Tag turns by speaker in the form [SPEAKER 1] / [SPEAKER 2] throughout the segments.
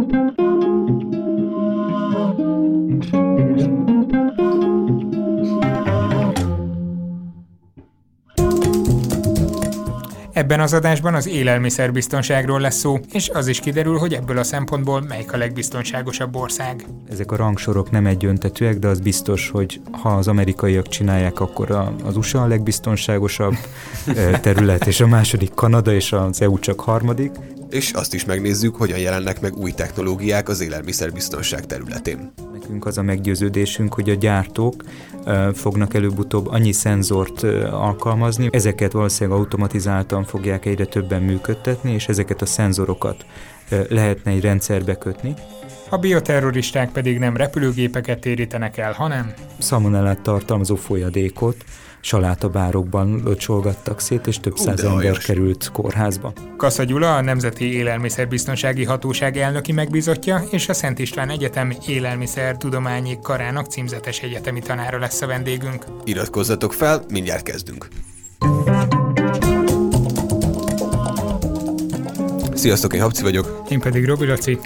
[SPEAKER 1] Ebben az adásban az élelmiszerbiztonságról lesz szó, és az is kiderül, hogy ebből a szempontból melyik a legbiztonságosabb ország.
[SPEAKER 2] Ezek a rangsorok nem egyöntetűek, de az biztos, hogy ha az amerikaiak csinálják, akkor az USA a legbiztonságosabb terület, és a második Kanada, és az EU csak harmadik.
[SPEAKER 3] És azt is megnézzük, hogyan jelennek meg új technológiák az élelmiszerbiztonság területén.
[SPEAKER 2] Nekünk az a meggyőződésünk, hogy a gyártók fognak előbb-utóbb annyi szenzort alkalmazni, ezeket valószínűleg automatizáltan fogják egyre többen működtetni, és ezeket a szenzorokat lehetne egy rendszerbe kötni.
[SPEAKER 1] A bioterroristák pedig nem repülőgépeket térítenek el, hanem
[SPEAKER 2] szalmonellát tartalmazó folyadékot salátabárokban locsolgattak szét, és több száz ember került kórházba.
[SPEAKER 1] Kassa Gyula, a Nemzeti Élelmiszerbiztonsági Hatóság elnöki megbízottja, és a Szent István Egyetem Élelmiszertudományi Karának címzetes egyetemi tanára lesz a vendégünk.
[SPEAKER 3] Iratkozzatok fel, mindjárt kezdünk! Sziasztok, én Habci vagyok.
[SPEAKER 1] Én pedig Robi Laci.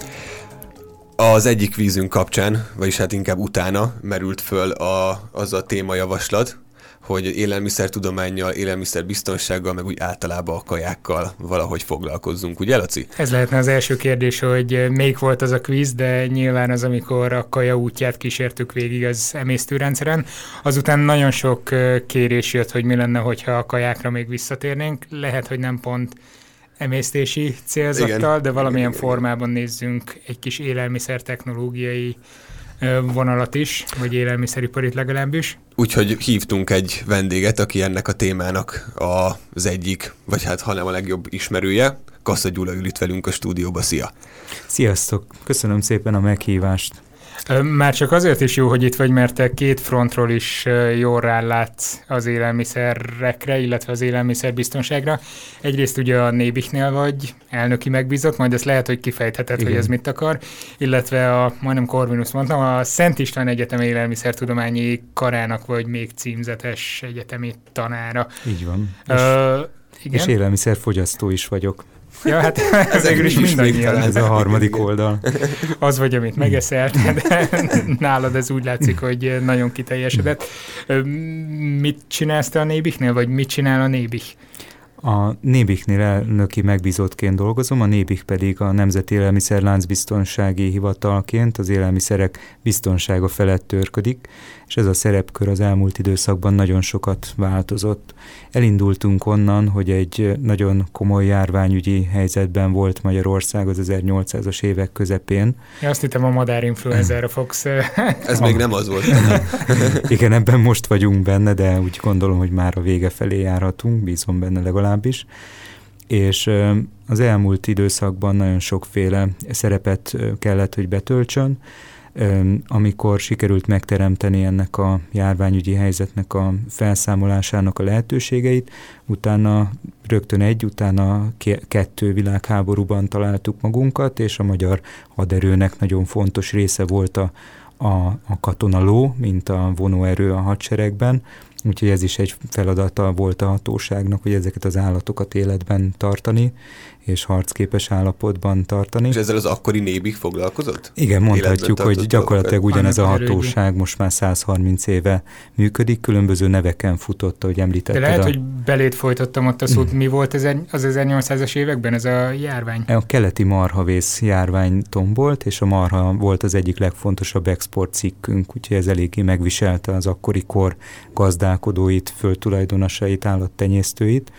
[SPEAKER 3] Az egyik vízünk kapcsán, vagyis hát inkább utána merült föl az a témajavaslat, hogy élelmiszertudománnyal, élelmiszerbiztonsággal, meg úgy általában a kajákkal valahogy foglalkozzunk, ugye, Laci?
[SPEAKER 1] Ez lehetne az első kérdés, hogy melyik volt az a kvíz, de nyilván az, amikor a kaja útját kísértük végig az emésztőrendszeren. Azután nagyon sok kérés jött, hogy mi lenne, hogyha a kajákra még visszatérnénk. Lehet, hogy nem pont emésztési célzattal, igen, de valamilyen formában nézzünk egy kis élelmiszer-technológiai vonalat is, vagy élelmiszeriparit legalábbis.
[SPEAKER 3] Úgyhogy hívtunk egy vendéget, aki ennek a témának az egyik, vagy hát hanem a legjobb ismerője. Kassa Gyula ül itt velünk a stúdióba. Szia!
[SPEAKER 2] Sziasztok! Köszönöm szépen a meghívást!
[SPEAKER 1] Már csak azért is jó, hogy itt vagy, mert te két frontról is jól rálátsz az élelmiszerekre, illetve az élelmiszerbiztonságra. Egyrészt ugye a Nébihnél vagy elnöki megbízott, majd ezt lehet, hogy kifejtheted, igen, hogy ez mit akar, illetve majdnem Corvinus mondtam, a Szent István Egyetem Élelmiszertudományi Karának vagy még címzetes egyetemi tanára.
[SPEAKER 2] Így van. És élelmiszerfogyasztó is vagyok.
[SPEAKER 1] Ja, hát ez is mindannyian.
[SPEAKER 2] Ez a harmadik oldal.
[SPEAKER 1] Az vagy, amit megeszel, de nálad ez úgy látszik, hogy nagyon kiteljesedett. Mit csinálsz te a Nébihnél, vagy mit csinál a Nébih?
[SPEAKER 2] A Nébihnél elnöki megbízottként dolgozom, a Nébih pedig a Nemzeti Élelmiszerláncbiztonsági Hivatalként az élelmiszerek biztonsága felett törködik, és ez a szerepkör az elmúlt időszakban nagyon sokat változott. Elindultunk onnan, hogy egy nagyon komoly járványügyi helyzetben volt Magyarország az 1800-as évek közepén.
[SPEAKER 1] Ja, azt hittem a madárinfluenzára fogsz.
[SPEAKER 3] Ez még nem az volt.
[SPEAKER 2] Igen, ebben most vagyunk benne, de úgy gondolom, hogy már a vége felé járhatunk, bízom benne legalábbis. És az elmúlt időszakban nagyon sokféle szerepet kellett, hogy betöltsön. Amikor sikerült megteremteni ennek a járványügyi helyzetnek a felszámolásának a lehetőségeit, utána rögtön utána 2 világháborúban találtuk magunkat, és a magyar haderőnek nagyon fontos része volt a katonaló, mint a vonóerő a hadseregben, úgyhogy ez is egy feladata volt a hatóságnak, hogy ezeket az állatokat életben tartani, és harcképes állapotban tartani.
[SPEAKER 3] És ezzel az akkori Nébih foglalkozott?
[SPEAKER 2] Igen, mondhatjuk, hogy gyakorlatilag ugyanez a hatóság most már 130 éve működik, különböző neveken futott, ahogy említetted.
[SPEAKER 1] De lehet, hogy beléd folytattam ott a szót, mi volt az 1800-as években ez a járvány?
[SPEAKER 2] A keleti marhavész járvány tombolt, és a marha volt az egyik legfontosabb exportcikkünk, úgyhogy ez eléggé megviselte az akkori kor gazdálkodóit, földtulajdonosait, állattenyésztőit,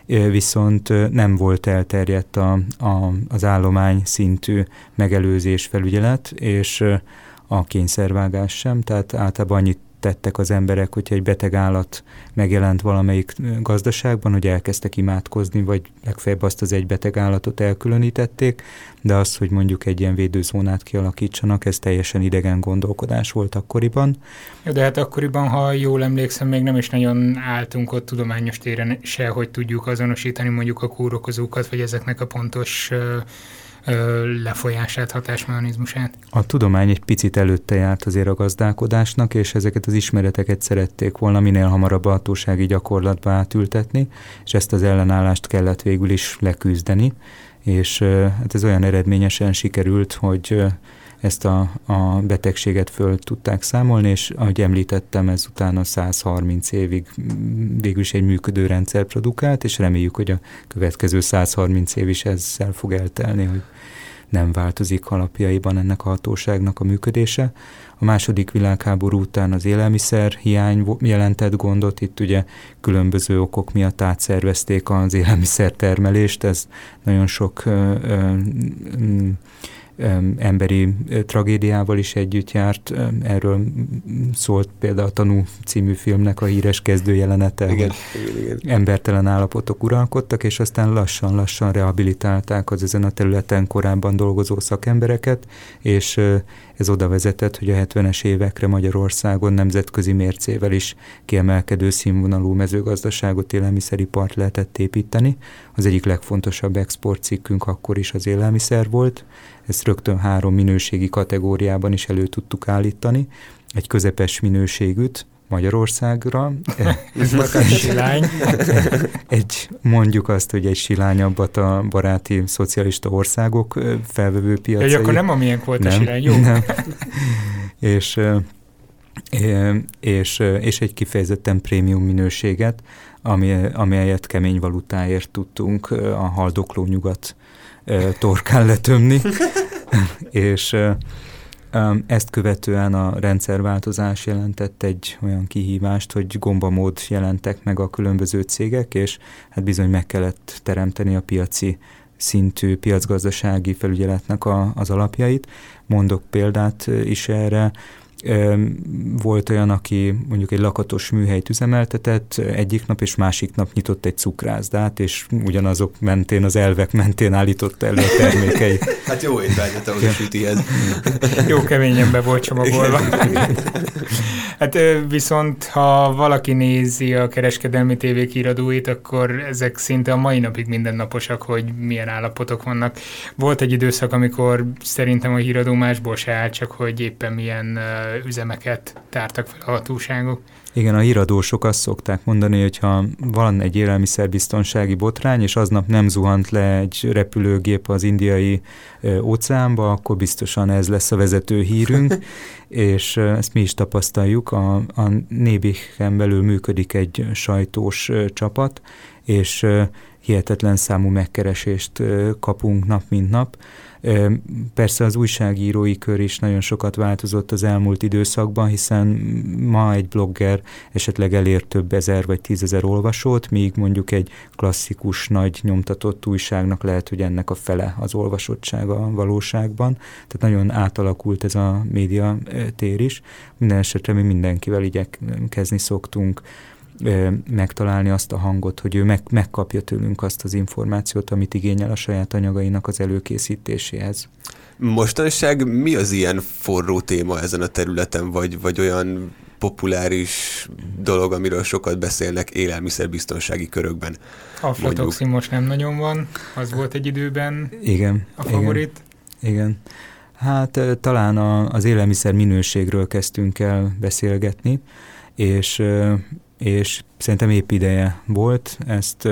[SPEAKER 2] viszont nem volt elterjedt az állomány szintű megelőzés, felügyelet, és a kényszervágás sem, tehát általában annyit tettek az emberek, hogyha egy beteg állat megjelent valamelyik gazdaságban, hogy elkezdtek imádkozni, vagy legfeljebb azt az egy beteg állatot elkülönítették, de az, hogy mondjuk egy ilyen védőzónát kialakítsanak, ez teljesen idegen gondolkodás volt akkoriban.
[SPEAKER 1] De hát akkoriban, ha jól emlékszem, még nem is nagyon álltunk ott tudományos téren se, hogy tudjuk azonosítani mondjuk a kórokozókat, vagy ezeknek a pontos lefolyását, hatásmechanizmusát.
[SPEAKER 2] A tudomány egy picit előtte járt azért a gazdálkodásnak, és ezeket az ismereteket szerették volna minél hamarabb a hatósági gyakorlatba átültetni, és ezt az ellenállást kellett végül is leküzdeni, és hát ez olyan eredményesen sikerült, hogy ezt a betegséget föl tudták számolni, és ahogy említettem, ezután a 130 évig végül is egy működő rendszer produkált, és reméljük, hogy a következő 130 év is ezzel fog eltelni, hogy nem változik alapjaiban ennek a hatóságnak a működése. A második világháború után az élelmiszer hiány jelentett gondot, itt ugye különböző okok miatt átszervezték az élelmiszertermelést, ez nagyon sok emberi tragédiával is együtt járt. Erről szólt például a Tanú című filmnek a híres kezdőjelenete,
[SPEAKER 3] igen,
[SPEAKER 2] hogy
[SPEAKER 3] igen.
[SPEAKER 2] embertelen állapotok uralkodtak, és aztán lassan-lassan rehabilitálták az ezen a területen korábban dolgozó szakembereket, és ez oda vezetett, hogy a 70-es évekre Magyarországon nemzetközi mércével is kiemelkedő színvonalú mezőgazdaságot, élelmiszeripart lehetett építeni. Az egyik legfontosabb exportcikkünk akkor is az élelmiszer volt. Ezt rögtön 3 minőségi kategóriában is elő tudtuk állítani. Egy közepes minőségűt Magyarországra.
[SPEAKER 1] Silány.
[SPEAKER 2] Mondjuk azt, hogy egy silányabbat a baráti szocialista országok felvevő piacai.
[SPEAKER 1] Ja, akkor nem amilyen volt a silány, jó?
[SPEAKER 2] Nem. és egy kifejezetten prémium minőséget, amelyet kemény valutáért tudtunk a haldokló nyugat torkán letömni, és ezt követően a rendszerváltozás jelentett egy olyan kihívást, hogy gombamód jelentek meg a különböző cégek, és hát bizony meg kellett teremteni a piaci szintű piacgazdasági felügyeletnek az alapjait. Mondok példát is erre. Volt olyan, aki mondjuk egy lakatos műhelyt üzemeltetett, egyik nap és másik nap nyitott egy cukrászdát, és ugyanazok mentén, az elvek mentén állította elő a termékeit.
[SPEAKER 3] Hát jó étvágyat ahhoz a sütihez.
[SPEAKER 1] Jó keményen be volt csomagolva. Hát viszont, ha valaki nézi a kereskedelmi tévék híradóit, akkor ezek szinte a mai napig mindennaposak, hogy milyen állapotok vannak. Volt egy időszak, amikor szerintem a híradó másból se állt, csak hogy éppen milyen üzemeket tártak fel a hatóságok.
[SPEAKER 2] Igen, a híradósok azt szokták mondani, hogy ha van egy élelmiszerbiztonsági botrány, és aznap nem zuhant le egy repülőgép az Indiai óceánba, akkor biztosan ez lesz a vezető hírünk, és ezt mi is tapasztaljuk. A Nébichen belül működik egy sajtós csapat, és hihetetlen számú megkeresést kapunk nap mint nap. Persze az újságírói kör is nagyon sokat változott az elmúlt időszakban, hiszen ma egy blogger esetleg elér több ezer vagy 10 000 olvasót, míg mondjuk egy klasszikus, nagy nyomtatott újságnak lehet, hogy ennek a fele az olvasottsága a valóságban. Tehát nagyon átalakult ez a média tér is. Minden esetre mi mindenkivel igyekezni szoktunk megtalálni azt a hangot, hogy ő megkapja tőlünk azt az információt, amit igényel a saját anyagainak az előkészítéséhez.
[SPEAKER 3] Mostanság mi az ilyen forró téma ezen a területen, vagy olyan populáris dolog, amiről sokat beszélnek élelmiszerbiztonsági körökben?
[SPEAKER 1] Aflatoxin most nem nagyon van, az volt egy időben
[SPEAKER 2] igen,
[SPEAKER 1] a favorit.
[SPEAKER 2] Igen. Hát talán az élelmiszer minőségről kezdtünk el beszélgetni, és szerintem épp ideje volt. Ezt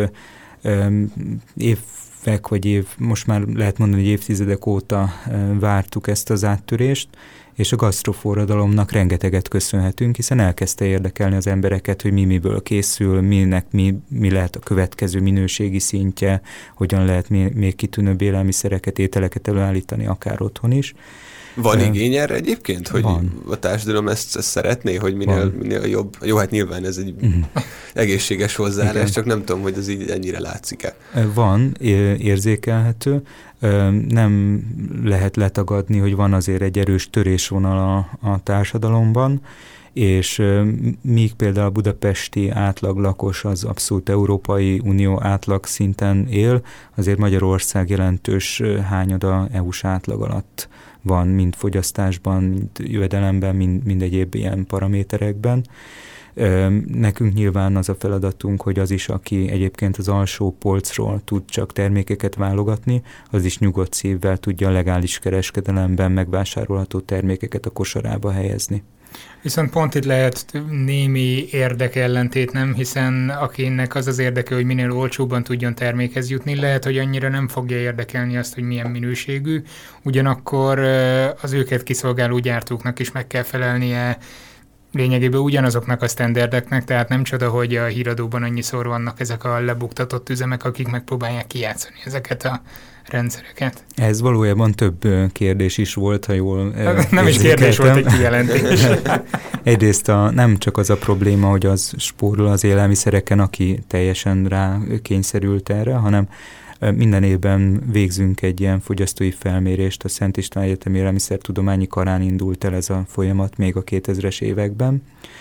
[SPEAKER 2] évek vagy most már lehet mondani, hogy évtizedek óta vártuk ezt az áttörést, és a gasztroforradalomnak rengeteget köszönhetünk, hiszen elkezdte érdekelni az embereket, hogy miből készül, mi lehet a következő minőségi szintje, hogyan lehet még kitűnőbb élelmiszereket, ételeket előállítani, akár otthon is.
[SPEAKER 3] Van igény erre egyébként, hogy
[SPEAKER 2] van.
[SPEAKER 3] A társadalom ezt szeretné, hogy minél jobb? Jó, hát nyilván ez egy egészséges hozzáállás, igen. Csak nem tudom, hogy ez így ennyire látszik-e.
[SPEAKER 2] Van, érzékelhető. Nem lehet letagadni, hogy van azért egy erős törésvonal a társadalomban, és míg például a budapesti átlaglakos az abszolút Európai Unió átlag szinten él, azért Magyarország jelentős hányada EU-s átlag alatt van, mind fogyasztásban, mind jövedelemben, mind egyéb ilyen paraméterekben. Nekünk nyilván az a feladatunk, hogy az is, aki egyébként az alsó polcról tud csak termékeket válogatni, az is nyugodt szívvel tudja a legális kereskedelemben megvásárolható termékeket a kosarába helyezni.
[SPEAKER 1] Viszont pont itt lehet némi érdekellentét, nem? Hiszen akinek az az érdeke, hogy minél olcsóbban tudjon termékhez jutni, lehet, hogy annyira nem fogja érdekelni azt, hogy milyen minőségű, ugyanakkor az őket kiszolgáló gyártóknak is meg kell felelnie lényegében ugyanazoknak a sztenderdeknek, tehát nem csoda, hogy a híradóban annyiszor vannak ezek a lebuktatott üzemek, akik megpróbálják kijátszani ezeket a rendszereket.
[SPEAKER 2] Ez valójában több kérdés is volt, ha jól
[SPEAKER 1] nem is kérdés volt, egy kijelentés.
[SPEAKER 2] Egyrészt nem csak az a probléma, hogy az spórol az élelmiszereken, aki teljesen rá kényszerült erre, hanem minden évben végzünk egy ilyen fogyasztói felmérést, a Szent István Egyetem Élelmiszertudományi Karán indult el ez a folyamat még a 2000-es években.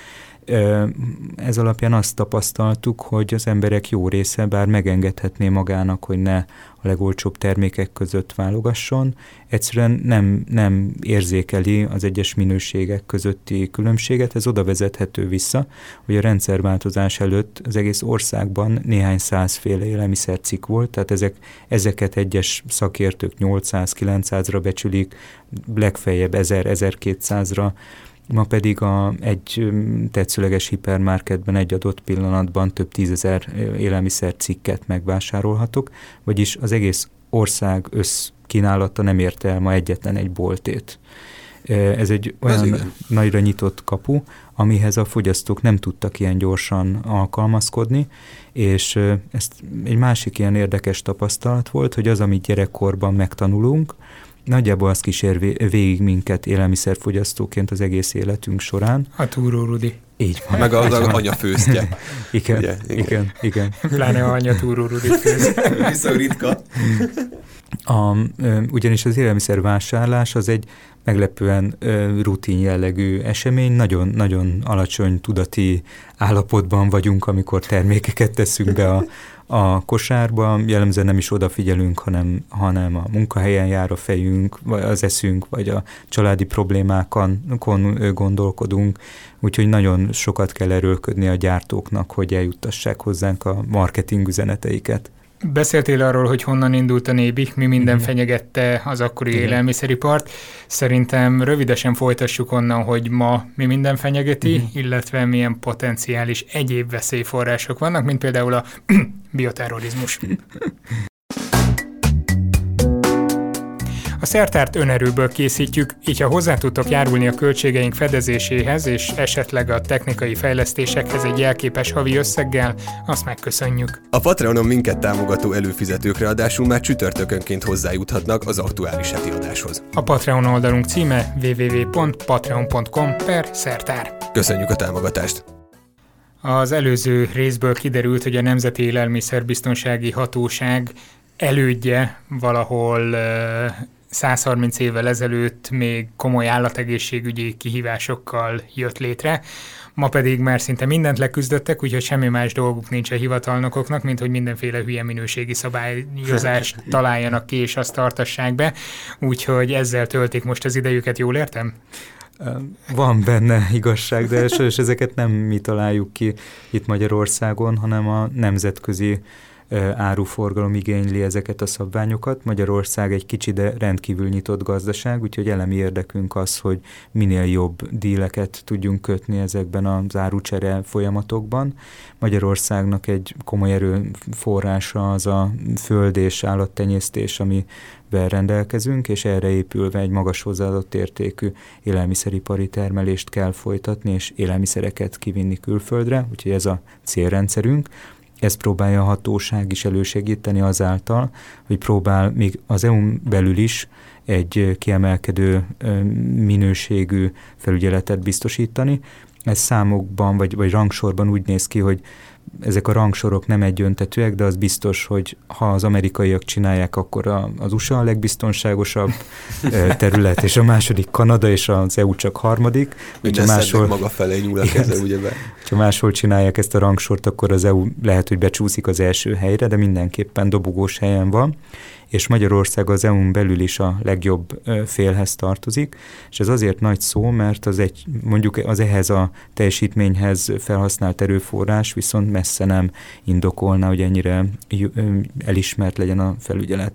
[SPEAKER 2] Ez alapján azt tapasztaltuk, hogy az emberek jó része, bár megengedhetné magának, hogy ne a legolcsóbb termékek között válogasson, egyszerűen nem érzékeli az egyes minőségek közötti különbséget. Ez oda vezethető vissza, hogy a rendszerváltozás előtt az egész országban néhány százféle élelmiszercikk volt, tehát ezeket egyes szakértők 800-900-ra becsülik, legfeljebb 1000-1200-ra, ma pedig egy tetszőleges hipermarketben egy adott pillanatban több tízezer élelmiszercikket megvásárolhatok, vagyis az egész ország összkínálata nem érte el ma egyetlen egy boltét. Ez egy olyan nagyra nyitott kapu, amihez a fogyasztók nem tudtak ilyen gyorsan alkalmazkodni, és ezt egy másik ilyen érdekes tapasztalat volt, hogy az, amit gyerekkorban megtanulunk, nagyjából az kísér végig minket élelmiszerfogyasztóként az egész életünk során.
[SPEAKER 1] A túró Rudi.
[SPEAKER 2] Így van.
[SPEAKER 3] Meg az anya főztje.
[SPEAKER 2] Igen.
[SPEAKER 1] Pláne a anya túró Rudi főz.
[SPEAKER 3] Viszont ritka.
[SPEAKER 2] Ugyanis az élelmiszervásárlás az egy meglepően rutin jellegű esemény, nagyon alacsony tudati állapotban vagyunk, amikor termékeket teszünk be a kosárba, jellemzően nem is odafigyelünk, hanem a munkahelyen jár a fejünk, vagy az eszünk, vagy a családi problémákon gondolkodunk, úgyhogy nagyon sokat kell erőlködni a gyártóknak, hogy eljuttassák hozzánk a marketing üzeneteiket.
[SPEAKER 1] Beszéltél arról, hogy honnan indult a Nébik, mi minden fenyegette az akkori élelmiszeripart. Szerintem rövidesen folytassuk onnan, hogy ma mi minden fenyegeti, illetve milyen potenciális egyéb veszélyforrások vannak, mint például a bioterrorizmus. A szertárt önerőből készítjük, így ha hozzá tudtok járulni a költségeink fedezéséhez és esetleg a technikai fejlesztésekhez egy jelképes havi összeggel, azt megköszönjük.
[SPEAKER 3] A Patreonon minket támogató előfizetők ráadásul már csütörtökönként hozzájuthatnak az aktuális heti adáshoz.
[SPEAKER 1] A Patreon oldalunk címe www.patreon.com/szertár.
[SPEAKER 3] Köszönjük a támogatást!
[SPEAKER 1] Az előző részből kiderült, hogy a Nemzeti Élelmiszerbiztonsági Hatóság elődje valahol 130 évvel ezelőtt még komoly állategészségügyi kihívásokkal jött létre, ma pedig már szinte mindent leküzdöttek, úgyhogy semmi más dolguk nincs a hivatalnokoknak, mint hogy mindenféle hülye minőségi szabályozást találjanak ki, és azt tartassák be, úgyhogy ezzel töltik most az idejüket, jól értem?
[SPEAKER 2] Van benne igazság, de sajnos ezeket nem mi találjuk ki itt Magyarországon, hanem a nemzetközi áruforgalom igényli ezeket a szabványokat. Magyarország egy kicsi, de rendkívül nyitott gazdaság, úgyhogy elemi érdekünk az, hogy minél jobb díleket tudjunk kötni ezekben az árucsere folyamatokban. Magyarországnak egy komoly erőforrása az a föld és állattenyésztés, amivel rendelkezünk, és erre épülve egy magas hozzáadott értékű élelmiszeripari termelést kell folytatni, és élelmiszereket kivinni külföldre, úgyhogy ez a célrendszerünk. Ezt próbálja a hatóság is elősegíteni azáltal, hogy próbál még az EU-n belül is egy kiemelkedő minőségű felügyeletet biztosítani. Ez számokban vagy rangsorban úgy néz ki, hogy ezek a rangsorok nem egyöntetűek, de az biztos, hogy ha az amerikaiak csinálják, akkor az USA a legbiztonságosabb terület, és a második Kanada, és az EU csak harmadik.
[SPEAKER 3] Ugye máshol maga felé nyúl a keze, ugyebár.
[SPEAKER 2] Ha máshol csinálják ezt a rangsort, akkor az EU lehet, hogy becsúszik az első helyre, de mindenképpen dobogós helyen van, és Magyarország az EU-n belül is a legjobb félhez tartozik, és ez azért nagy szó, mert mondjuk az ehhez a teljesítményhez felhasznált erőforrás viszont messze nem indokolna, hogy ennyire elismert legyen a felügyelet.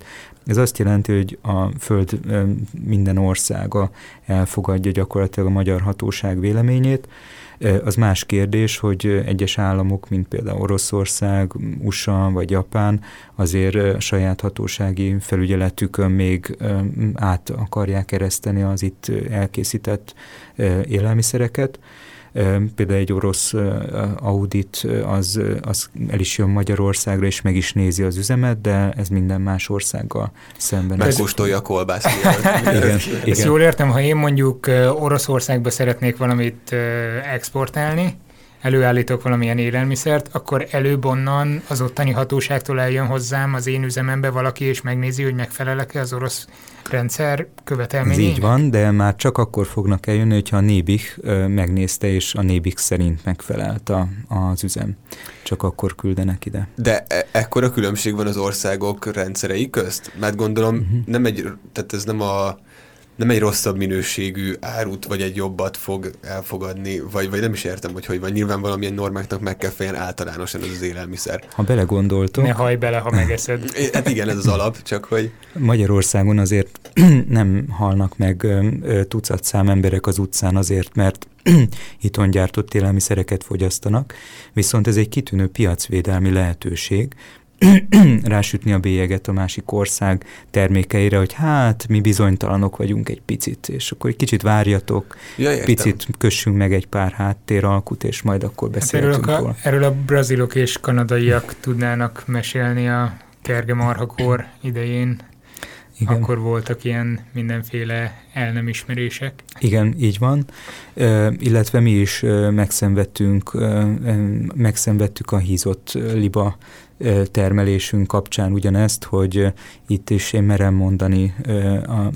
[SPEAKER 2] Ez azt jelenti, hogy a Föld minden országa elfogadja gyakorlatilag a magyar hatóság véleményét. Az más kérdés, hogy egyes államok, mint például Oroszország, USA vagy Japán azért saját hatósági felügyeletükön még át akarják ereszteni az itt elkészített élelmiszereket. Például egy orosz audit az el is jön Magyarországra, és meg is nézi az üzemet, de ez minden más országgal szemben.
[SPEAKER 3] Megkóstolja a kolbászt.
[SPEAKER 2] Igen.
[SPEAKER 1] Ezt jól értem, ha én mondjuk Oroszországba szeretnék valamit exportálni, előállítok valamilyen élelmiszert, akkor előbb onnan az ottani hatóságtól eljön hozzám az én üzemembe valaki, és megnézi, hogy megfelelek-e az orosz rendszer követelményének?
[SPEAKER 2] Ez így van, de már csak akkor fognak eljönni, hogyha a Nébik megnézte, és a Nébik szerint megfelelt az üzem. Csak akkor küldenek ide.
[SPEAKER 3] De ekkora különbség van az országok rendszerei közt? Mert gondolom, tehát ez nem egy rosszabb minőségű árut, vagy egy jobbat fog elfogadni, vagy nem is értem, hogy van. Nyilván valamilyen normáknak meg kell feleljen általánosan az élelmiszer.
[SPEAKER 2] Ha belegondoltok...
[SPEAKER 1] Ne hajj bele, ha megeszed.
[SPEAKER 3] Hát igen, ez az alap, csak hogy...
[SPEAKER 2] Magyarországon azért nem halnak meg tucat szám emberek az utcán azért, mert itthon gyártott élelmiszereket fogyasztanak, viszont ez egy kitűnő piacvédelmi lehetőség, rásütni a bélyeget a másik ország termékeire, hogy hát mi bizonytalanok vagyunk egy picit, és akkor egy kicsit várjatok, picit kössünk meg egy pár háttéralkut, és majd akkor beszéltünk róla.
[SPEAKER 1] Erről a brazilok és kanadaiak tudnának mesélni a kergemarhakor idején. Igen. Akkor voltak ilyen mindenféle el nem ismerések.
[SPEAKER 2] Igen, így van. Illetve mi is megszenvedtük a hízott liba termelésünk kapcsán ugyanezt, hogy itt is én merem mondani a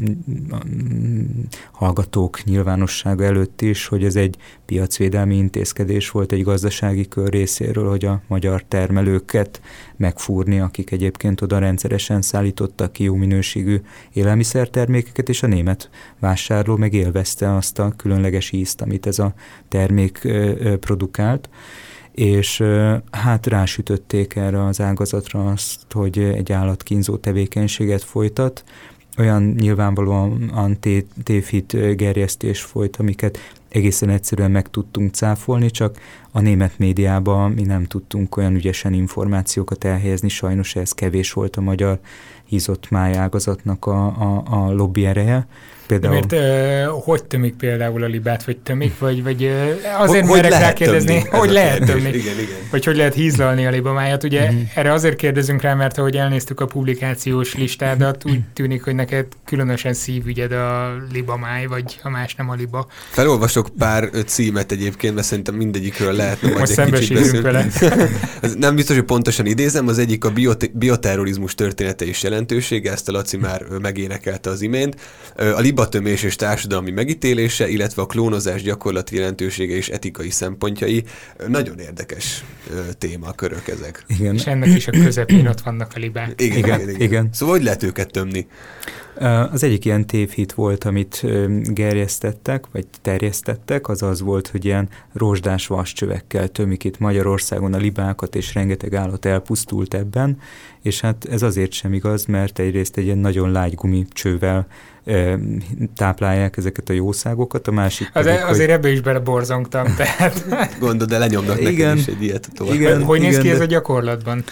[SPEAKER 2] hallgatók nyilvánossága előtt is, hogy ez egy piacvédelmi intézkedés volt egy gazdasági kör részéről, hogy a magyar termelőket megfúrni, akik egyébként oda rendszeresen szállítottak ki jó minőségű élelmiszertermékeket, és a német vásárló meg élvezte azt a különleges ízt, amit ez a termék produkált. És hát rásütötték erre az ágazatra azt, hogy egy állatkínzó tevékenységet folytat, olyan nyilvánvalóan tévhit gerjesztés folyt, amiket egészen egyszerűen meg tudtunk cáfolni, csak a német médiában mi nem tudtunk olyan ügyesen információkat elhelyezni, sajnos ez kevés volt a magyar hízott májágazatnak a lobby ereje.
[SPEAKER 1] Például... Mert hogy tömik például a libát, vagy tömik, vagy azért merek rákérdezni, hogy lehet tömni,
[SPEAKER 3] igen.
[SPEAKER 1] Vagy hogy lehet hízlalni a libamájat. Ugye erre azért kérdezünk rá, mert ahogy elnéztük a publikációs listádat, úgy tűnik, hogy neked különösen szívügyed a libamáj, vagy ha más nem a liba.
[SPEAKER 3] Felolvasok pár címet egyébként, mert szerintem mindegyikről lehetne majd
[SPEAKER 1] most egy kicsit beszélni.
[SPEAKER 3] Nem biztos, hogy pontosan idézem, az egyik a bioterrorizmus története és jelentősége, ezt a Laci már megénekelte az imént. A libatömés és társadalmi megítélése, illetve a klónozás gyakorlati jelentősége és etikai szempontjai. Nagyon érdekes témakörök ezek.
[SPEAKER 2] Igen.
[SPEAKER 1] És ennek is a közepén ott vannak a libák.
[SPEAKER 3] Igen. Szóval hogy lehet őket tömni?
[SPEAKER 2] Az egyik ilyen tévhit volt, amit gerjesztettek, vagy terjesztettek, az volt, hogy ilyen rozsdás vascsövekkel tömik itt Magyarországon a libákat, és rengeteg állat elpusztult ebben, és hát ez azért sem igaz, mert egyrészt egy ilyen nagyon lágy gumicsővel táplálják ezeket a jószágokat, a másik pedig,
[SPEAKER 1] azért ebbe is beleborzongtam, tehát...
[SPEAKER 3] Gondod, de lenyomnak nekem is egy ilyet.
[SPEAKER 1] Hogy néz ki ez a gyakorlatban?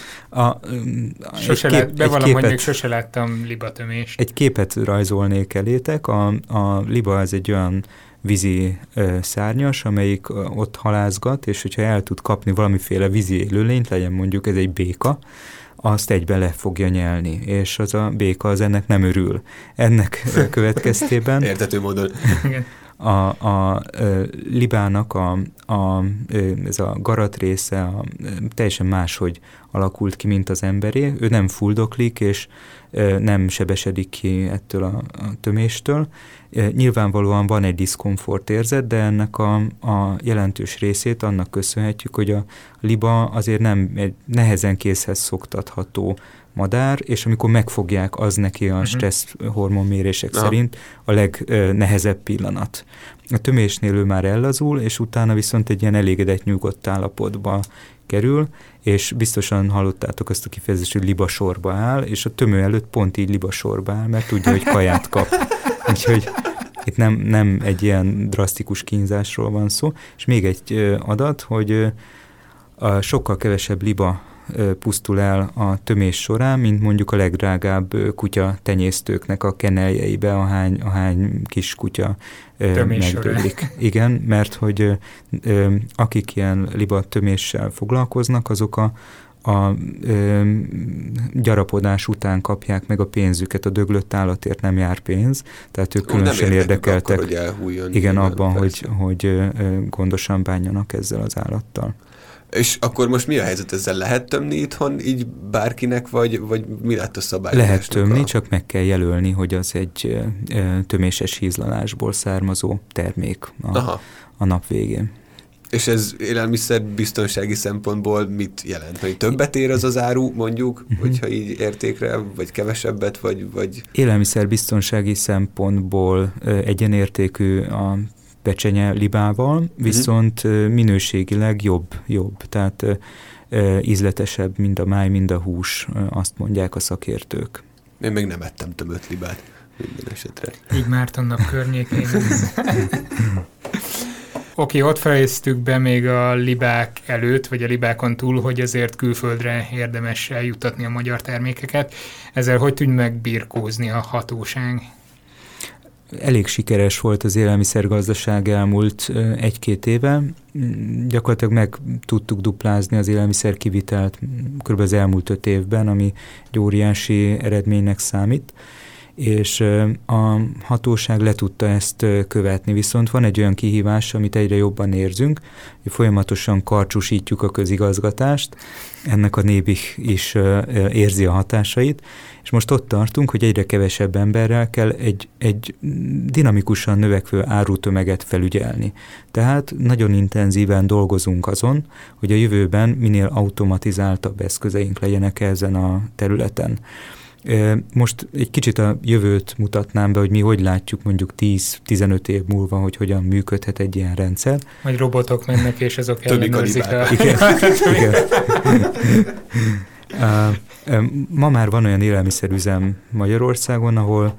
[SPEAKER 1] Bevallom, hogy még sose láttam libatömést.
[SPEAKER 2] Egy képet rajzolnék elétek. A liba az egy olyan vízi szárnyas, amelyik ott halászgat, és hogyha el tud kapni valamiféle vízi élőlényt, legyen mondjuk ez egy béka, azt egyben le fogja nyelni, és az a béka az ennek nem örül. Ennek következtében...
[SPEAKER 3] Érthető módon.
[SPEAKER 2] A libának ez a garat része teljesen máshogy alakult ki, mint az emberé. Ő nem fuldoklik, és nem sebesedik ki ettől a töméstől. Nyilvánvalóan van egy diszkomfort érzet, de ennek a jelentős részét annak köszönhetjük, hogy a liba azért nem egy nehezen kézhez szoktatható madár, és amikor megfogják, az neki a stressz hormonmérések szerint a legnehezebb pillanat. A tömésnél ő már ellazul, és utána viszont egy ilyen elégedett, nyugodt állapotba kerül, és biztosan hallottátok azt a kifejezést, hogy libasorba áll, és a tömő előtt pont így libasorba áll, mert tudja, hogy kaját kap. Úgyhogy itt nem egy ilyen drasztikus kínzásról van szó. És még egy adat, hogy sokkal kevesebb liba pusztul el a tömés során, mint mondjuk a legdrágább kutya tenyésztőknek a keneljeibe, ahány kis kutya megdőlik. Igen, mert hogy akik ilyen liba töméssel foglalkoznak, azok a gyarapodás után kapják meg a pénzüket, a döglött állatért nem jár pénz, tehát ők különösen érdekeltek akkor, abban, hogy gondosan bánjanak ezzel az állattal.
[SPEAKER 3] És akkor most mi a helyzet ezzel? Lehet tömni itthon így bárkinek, vagy mi lett a szabály?
[SPEAKER 2] Lehet tömni, csak meg kell jelölni, hogy az egy töméses hízlalásból származó termék a nap végén.
[SPEAKER 3] És ez élelmiszer biztonsági szempontból mit jelent? Hogy többet ér az áru, mondjuk, hogyha így értékre, vagy kevesebbet, vagy...
[SPEAKER 2] Élelmiszer biztonsági szempontból egyenértékű a pecsenye libával, viszont minőségileg jobb. Tehát ízletesebb, mind a máj, mind a hús, azt mondják a szakértők.
[SPEAKER 3] Én még nem ettem többet libát minden esetre.
[SPEAKER 1] Így Mártonnak környékén. Oké, ott fejeztük be még a libák előtt, vagy a libákon túl, hogy azért külföldre érdemes eljuttatni a magyar termékeket. Ezzel hogy tudj megbirkózni a hatóság?
[SPEAKER 2] Elég sikeres volt az élelmiszergazdaság elmúlt 1-2 éve. Gyakorlatilag meg tudtuk duplázni az élelmiszer kivitelt kb. Az elmúlt 5 évben, ami egy óriási eredménynek számít, és a hatóság le tudta ezt követni. Viszont van egy olyan kihívás, amit egyre jobban érzünk, hogy folyamatosan karcsúsítjuk a közigazgatást, ennek a Nébih is érzi a hatásait, és most ott tartunk, hogy egyre kevesebb emberrel kell egy dinamikusan növekvő árutömeget felügyelni. Tehát nagyon intenzíven dolgozunk azon, hogy a jövőben minél automatizáltabb eszközeink legyenek ezen a területen. Most egy kicsit a jövőt mutatnám be, hogy mi hogy látjuk mondjuk 10-15 év múlva, hogy hogyan működhet egy ilyen rendszer.
[SPEAKER 1] Majd robotok mennek, és azok ellenőrzik a...
[SPEAKER 2] Igen. Ma már van olyan élelmiszerüzem Magyarországon, ahol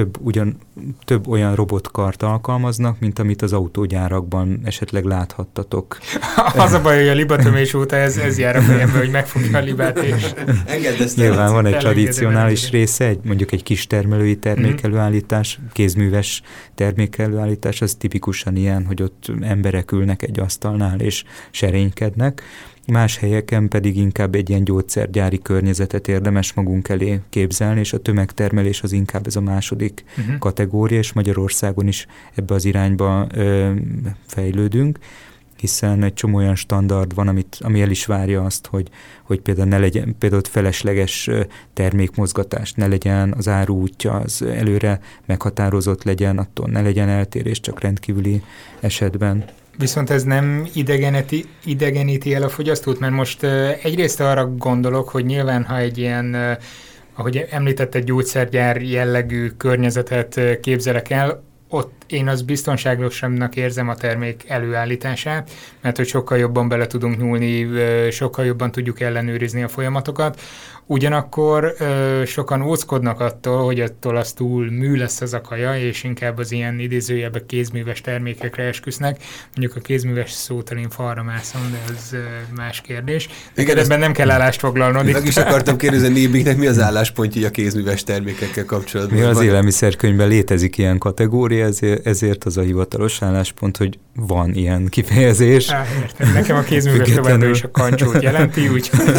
[SPEAKER 2] több olyan robotkart alkalmaznak, mint amit az autógyárakban esetleg láthattatok.
[SPEAKER 1] Az a baj, hogy a libatömés óta ez jár a fejembe, hogy megfogja a libát, és...
[SPEAKER 2] Nyilván van egy tradicionális része, mondjuk egy kis termelői termékelőállítás, kézműves termékelőállítás, az tipikusan ilyen, hogy ott emberek ülnek egy asztalnál és serénykednek. Más helyeken pedig inkább egy ilyen gyógyszergyári környezetet érdemes magunk elé képzelni, és a tömegtermelés az inkább ez a második kategória, és Magyarországon is ebbe az irányba fejlődünk, hiszen egy csomó olyan standard van, ami el is várja azt, hogy például ne legyen felesleges termékmozgatás, ne legyen az áru útja, az előre meghatározott legyen, attól ne legyen eltérés, csak rendkívüli esetben.
[SPEAKER 1] Viszont ez nem idegeníti el a fogyasztót, mert most egyrészt arra gondolok, hogy nyilván, ha egy ilyen, ahogy említette, gyógyszergyár jellegű környezetet képzelek el, ott én az biztonságosabbnak érzem a termék előállítását, mert hogy sokkal jobban bele tudunk nyúlni, sokkal jobban tudjuk ellenőrizni a folyamatokat. Ugyanakkor sokan óckodnak attól, hogy attól az túl mű lesz az a kaja, és inkább az ilyen idézőjelben kézműves termékekre esküsznek. Mondjuk a kézműves szótól én falra mászom, de ez más kérdés. Igen, ebben nem kell állást foglalnod.
[SPEAKER 3] Meg is akartam kérdezni, Nébihnek mi az álláspontja a kézműves termékekkel kapcsolatban?
[SPEAKER 2] Mi az élelmiszerkönyvben létezik ilyen kategória, ezért az a hivatalos álláspont, hogy van ilyen kifejezés.
[SPEAKER 1] Értem. Nekem a kézműves továbbra is a kancsót jelenti, úgyhogy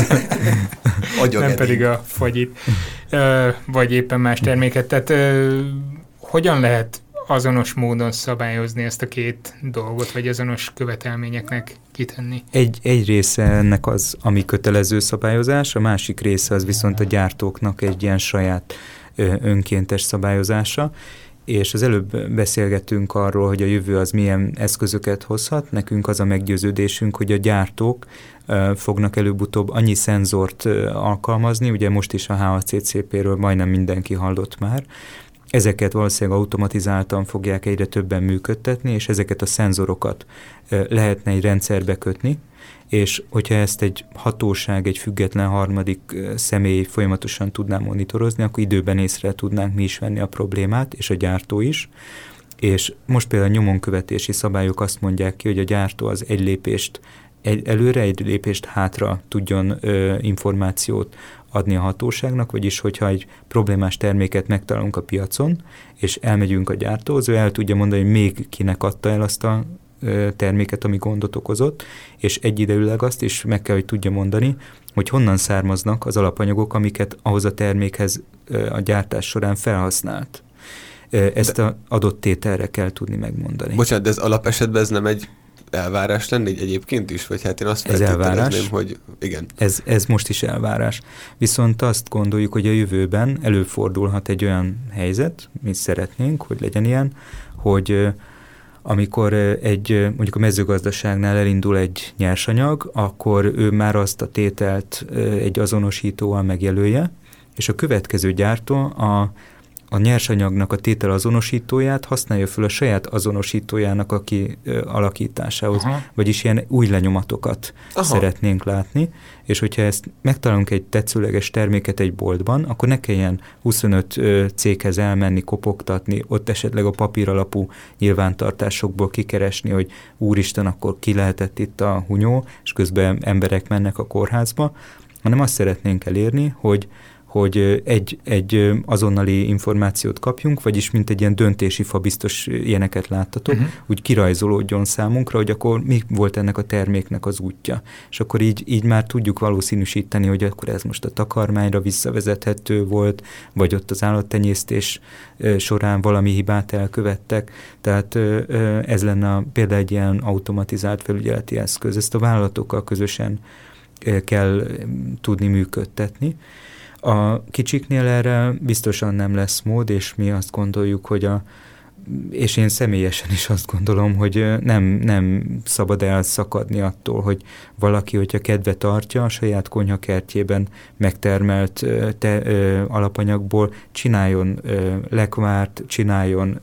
[SPEAKER 1] nem pedig a fagyit, vagy éppen más terméket. Tehát hogyan lehet azonos módon szabályozni ezt a két dolgot, vagy azonos követelményeknek kitenni?
[SPEAKER 2] Egy része ennek az, ami kötelező szabályozás, a másik része az viszont a gyártóknak egy ilyen saját önkéntes szabályozása, és az előbb beszélgettünk arról, hogy a jövő az milyen eszközöket hozhat. Nekünk az a meggyőződésünk, hogy a gyártók fognak előbb-utóbb annyi szenzort alkalmazni, ugye most is a HACCP-ről majdnem mindenki hallott már, ezeket valószínűleg automatizáltan fogják egyre többen működtetni, és ezeket a szenzorokat lehetne egy rendszerbe kötni, és hogyha ezt egy hatóság, egy független harmadik személy folyamatosan tudná monitorozni, akkor időben észre tudnánk mi is venni a problémát, és a gyártó is. És most például a nyomonkövetési szabályok azt mondják ki, hogy a gyártó az egy lépést előre, egy lépést hátra tudjon információt adni a hatóságnak, vagyis hogyha egy problémás terméket megtalálunk a piacon, és elmegyünk a gyártóhoz, ő el tudja mondani, hogy még kinek adta el azt a terméket, ami gondot okozott, és egyidejűleg azt is meg kell, hogy tudja mondani, hogy honnan származnak az alapanyagok, amiket ahhoz a termékhez a gyártás során felhasznált. Ezt az adott tételre kell tudni megmondani.
[SPEAKER 3] Bocsánat, de ez alapesetben ez nem egy elvárás lenne egyébként is? Vagy hát én azt feltételezném, hogy igen.
[SPEAKER 2] Ez most is elvárás. Viszont azt gondoljuk, hogy a jövőben előfordulhat egy olyan helyzet, mi szeretnénk, hogy legyen ilyen, hogy amikor mondjuk a mezőgazdaságnál elindul egy nyersanyag, akkor ő már azt a tételt egy azonosítóval megjelölje, és a következő gyártó a nyersanyagnak a tétel azonosítóját használja föl a saját azonosítójának a kialakításához. Vagyis ilyen új lenyomatokat szeretnénk látni, és hogyha ezt megtalálunk egy tetszőleges terméket egy boltban, akkor ne kelljen 25 céghez elmenni, kopogtatni, ott esetleg a papíralapú nyilvántartásokból kikeresni, hogy úristen, akkor ki lehetett itt a hunyó, és közben emberek mennek a kórházba, hanem azt szeretnénk elérni, hogy egy azonnali információt kapjunk, vagyis mint egy ilyen döntési fa, biztos ilyeneket láttatok, úgy kirajzolódjon számunkra, hogy akkor mi volt ennek a terméknek az útja. És akkor így már tudjuk valószínűsíteni, hogy akkor ez most a takarmányra visszavezethető volt, vagy ott az állattenyésztés során valami hibát elkövettek. Tehát ez lenne például egy ilyen automatizált felügyeleti eszköz. Ezt a vállalatokkal közösen kell tudni működtetni. A kicsiknél erre biztosan nem lesz mód, és mi azt gondoljuk, és én személyesen is azt gondolom, hogy nem szabad elszakadni attól, hogy valaki, hogyha kedve tartja, a saját konyhakertjében megtermelt alapanyagból csináljon lekvárt, csináljon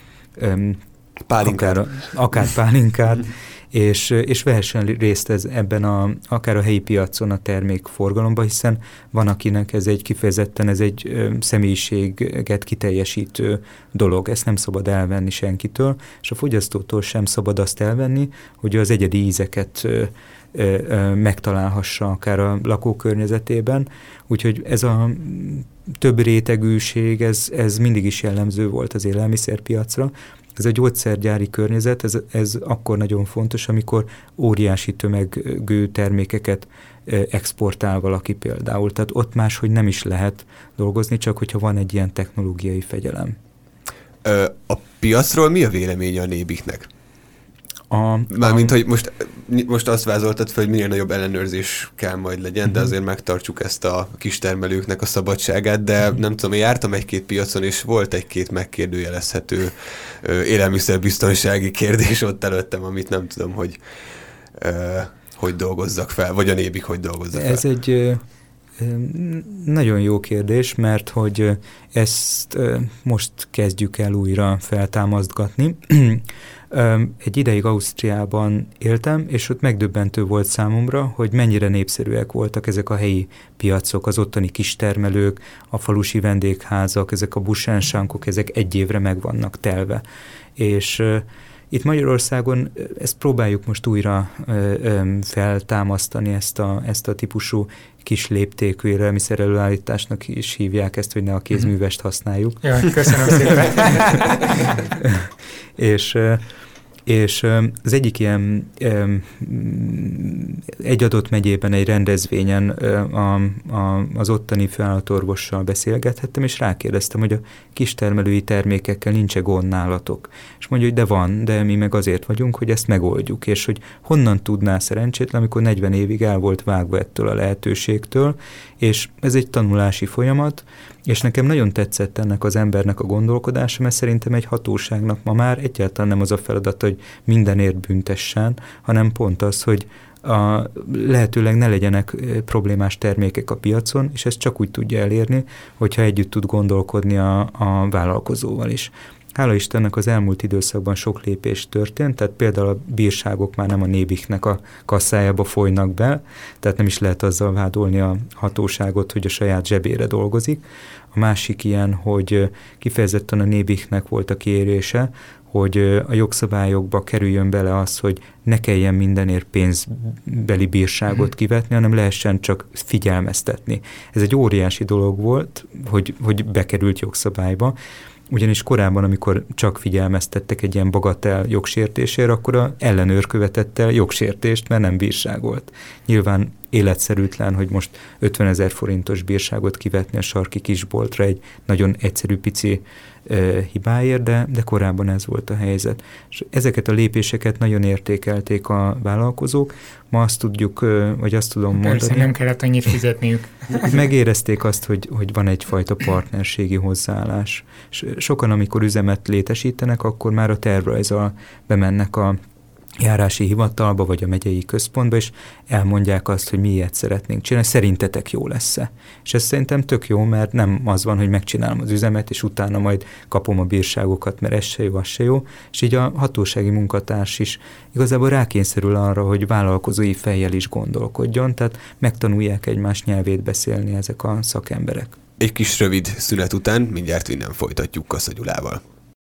[SPEAKER 3] pálinkát.
[SPEAKER 2] Akár pálinkát, és vehessen részt ebben akár a helyi piacon a termékforgalomban, hiszen van, akinek ez egy személyiséget kiteljesítő dolog. Ezt nem szabad elvenni senkitől, és a fogyasztótól sem szabad azt elvenni, hogy az egyedi ízeket megtalálhassa akár a lakókörnyezetében. Úgyhogy ez a több rétegűség, ez mindig is jellemző volt az élelmiszerpiacra. Ez a gyógyszergyári környezet, ez akkor nagyon fontos, amikor óriási tömegű termékeket exportál valaki például. Tehát ott máshogy nem is lehet dolgozni, csak hogyha van egy ilyen technológiai fegyelem.
[SPEAKER 3] A piacról mi a véleménye a Nébiknek? Mármint, hogy most azt vázoltad fel, hogy minél nagyobb ellenőrzés kell majd legyen, de azért megtartsuk ezt a kistermelőknek a szabadságát, de nem tudom, én jártam egy-két piacon, és volt egy-két megkérdőjelezhető élelmiszerbiztonsági kérdés ott előttem, amit nem tudom, hogy dolgozzak fel, vagy a Nébik hogy dolgozza fel.
[SPEAKER 2] Ez egy nagyon jó kérdés, mert hogy ezt most kezdjük el újra feltámasztgatni. Egy ideig Ausztriában éltem, és ott megdöbbentő volt számomra, hogy mennyire népszerűek voltak ezek a helyi piacok, az ottani kistermelők, a falusi vendégházak, ezek a busensánkok, ezek egy évre meg vannak telve. És itt Magyarországon ezt próbáljuk most újra feltámasztani, ezt a típusú kis léptékű élelmiszer előállításnak is hívják ezt, hogy ne a kézművest használjuk.
[SPEAKER 1] Ja, köszönöm szépen.
[SPEAKER 2] És az egyik ilyen egy adott megyében egy rendezvényen az ottani főállatorvossal beszélgethettem, és rákérdeztem, hogy a kistermelői termékekkel nincs-e gond nálatok. És mondja, hogy de van, de mi meg azért vagyunk, hogy ezt megoldjuk, és hogy honnan tudná szerencsétlen, amikor 40 évig el volt vágva ettől a lehetőségtől, és ez egy tanulási folyamat, És nekem nagyon tetszett ennek az embernek a gondolkodása, mert szerintem egy hatóságnak ma már egyáltalán nem az a feladat, hogy mindenért büntessen, hanem pont az, hogy lehetőleg ne legyenek problémás termékek a piacon, és ezt csak úgy tudja elérni, hogyha együtt tud gondolkodni a vállalkozóval is. Hála Istennek az elmúlt időszakban sok lépés történt, tehát például a bírságok már nem a Nébiknek a kasszájába folynak be, tehát nem is lehet azzal vádolni a hatóságot, hogy a saját zsebére dolgozik. A másik ilyen, hogy kifejezetten a Nébiknek volt a kérése, hogy a jogszabályokba kerüljön bele az, hogy ne kelljen mindenért pénzbeli bírságot kivetni, hanem lehessen csak figyelmeztetni. Ez egy óriási dolog volt, hogy bekerült jogszabályba, ugyanis korábban, amikor csak figyelmeztettek egy ilyen bagatel jogsértésére, akkor az ellenőr követett el jogsértést, mert nem bírságolt. Nyilván életszerűtlen, hogy most 50 000 forintos bírságot kivetni a sarki kisboltra egy nagyon egyszerű pici hibáért, de korábban ez volt a helyzet. És ezeket a lépéseket nagyon értékelték a vállalkozók. Ma azt tudjuk, vagy azt tudom mondani.
[SPEAKER 1] Persze nem kellett annyit fizetniük.
[SPEAKER 2] Megérezték azt, hogy van egyfajta partnerségi hozzáállás. És sokan, amikor üzemet létesítenek, akkor már a tervrajzzal bemennek a járási hivatalba, vagy a megyei központba, és elmondják azt, hogy mi ilyet szeretnénk csinálni, szerintetek jó lesz-e. És ez szerintem tök jó, mert nem az van, hogy megcsinálom az üzemet, és utána majd kapom a bírságokat, mert ez se jó, az se jó, és így a hatósági munkatárs is igazából rákényszerül arra, hogy vállalkozói fejjel is gondolkodjon, tehát megtanulják egymás nyelvét beszélni ezek a szakemberek.
[SPEAKER 3] Egy kis rövid szünet után mindjárt innen folytatjuk Kassa Gyulával.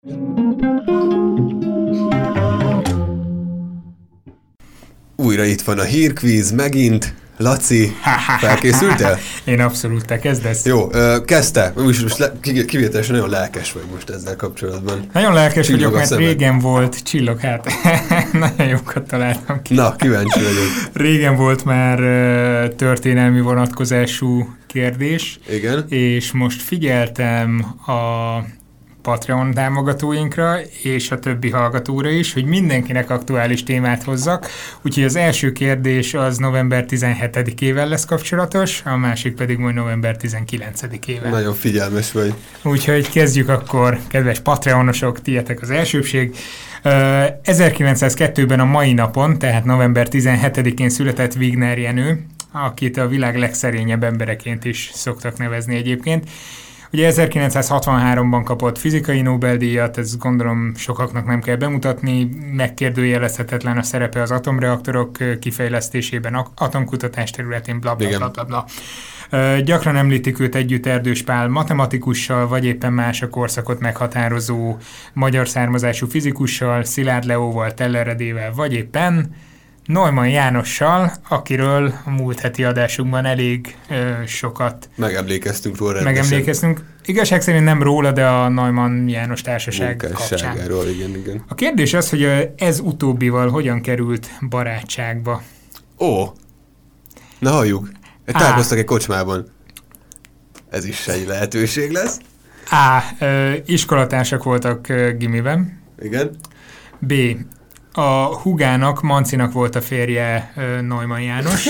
[SPEAKER 3] Újra itt van a hírkvíz, megint. Laci, felkészültél?
[SPEAKER 1] Én abszolút, te kezdesz.
[SPEAKER 3] Jó, kezdte. Most kivételesen nagyon lelkes vagy most ezzel kapcsolatban.
[SPEAKER 1] Nagyon lelkes vagyok, mert régen volt, csillog, hát nagyon jókat találtam ki.
[SPEAKER 3] Na, kíváncsi vagyok.
[SPEAKER 1] Régen volt már történelmi vonatkozású kérdés.
[SPEAKER 3] Igen.
[SPEAKER 1] És most figyeltem a Patreon támogatóinkra, és a többi hallgatóra is, hogy mindenkinek aktuális témát hozzak. Úgyhogy az első kérdés az november 17-ével lesz kapcsolatos, a másik pedig majd november 19-ével.
[SPEAKER 3] Nagyon figyelmes vagy.
[SPEAKER 1] Úgyhogy kezdjük akkor, kedves Patreonosok, tietek az elsőbség. 1902-ben a mai napon, tehát november 17-én született Wigner Jenő, akit a világ legszerényebb embereként is szoktak nevezni egyébként. Ugye 1963-ban kapott fizikai Nobel-díjat, ez gondolom sokaknak nem kell bemutatni, megkérdőjelezhetetlen a szerepe az atomreaktorok kifejlesztésében, atomkutatás területén, blablabla. Gyakran említik őt együtt Erdős Pál matematikussal, vagy éppen más a korszakot meghatározó magyar származású fizikussal, Szilárd Leóval, Teller Edével, vagy éppen Neumann Jánossal, akiről a múlt heti adásunkban elég sokat
[SPEAKER 3] megemlékeztünk róla.
[SPEAKER 1] Megemlékeztünk. Igazság szerint nem róla, de a Neumann János társaság kapcsán.
[SPEAKER 3] Igen.
[SPEAKER 1] A kérdés az, hogy ez utóbbival hogyan került barátságba.
[SPEAKER 3] Ó, na halljuk. Találkoztak egy kocsmában. Ez is egy lehetőség lesz.
[SPEAKER 1] A. Iskolatársak voltak gimiben.
[SPEAKER 3] Igen.
[SPEAKER 1] B. A húgának, Mancinak volt a férje Neumann János.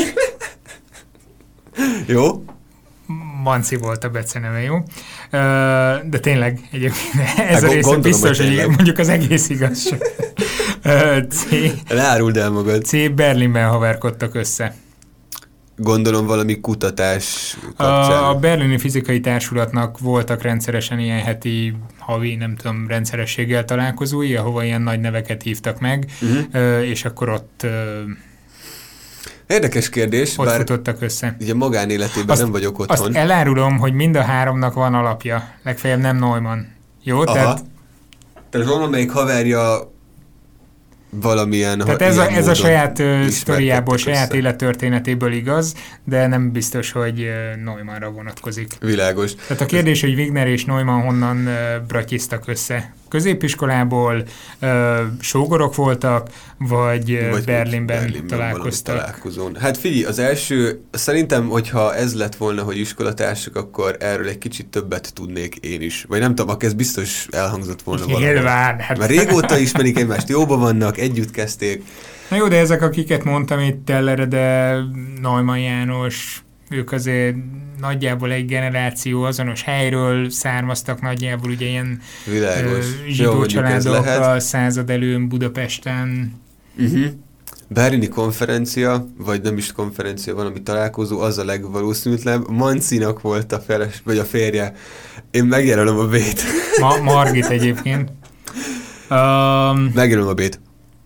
[SPEAKER 3] Jó.
[SPEAKER 1] Manci volt a beceneve, jó? De tényleg, egyébként ez a része biztos, hogy mondjuk az egész igaz. C.
[SPEAKER 3] Ne áruld el magad.
[SPEAKER 1] C. Berlinben haverkodtak össze.
[SPEAKER 3] Gondolom valami kutatás kapcsán.
[SPEAKER 1] A Berlini Fizikai Társulatnak voltak rendszeresen ilyen heti, havi, nem tudom, rendszerességgel találkozói, ahova ilyen nagy neveket hívtak meg, és akkor ott
[SPEAKER 3] érdekes kérdés,
[SPEAKER 1] ott futottak össze.
[SPEAKER 3] Ugye magánéletében nem vagyok otthon.
[SPEAKER 1] Azt elárulom, hogy mind a háromnak van alapja, legfeljebb nem Neumann. Jó?
[SPEAKER 3] Tehát valamelyik haverja valamilyen
[SPEAKER 1] tehát ez a saját sztoriából, saját élettörténetéből igaz, de nem biztos, hogy Neumannra vonatkozik.
[SPEAKER 3] Világos.
[SPEAKER 1] Tehát a kérdés, hogy Wigner és Neumann honnan bratyiztak össze. Középiskolából sógorok voltak, vagy Berlinben találkoztak?
[SPEAKER 3] Hát figyelj, az első, szerintem, hogyha ez lett volna, hogy iskolatársak, akkor erről egy kicsit többet tudnék én is. Vagy nem tudom, ez biztos elhangzott volna valahol.
[SPEAKER 1] Nyilván. Hát.
[SPEAKER 3] Mert régóta ismerik egymást, jóban vannak, együtt kezdték.
[SPEAKER 1] Na jó, de ezek, akiket mondtam itt, Teller, de Neumann János, ők azért nagyjából egy generáció azonos helyről származtak, nagyjából ugye ilyen zsidó családokkal, század előn Budapesten.
[SPEAKER 3] Berlini konferencia, vagy nem is konferencia, valami találkozó, az a legvalószínűtlenebb. Mancinak volt a vagy a férje. Én megjelölöm a B-t.
[SPEAKER 1] Margit egyébként.
[SPEAKER 3] Megjelölöm a B-t.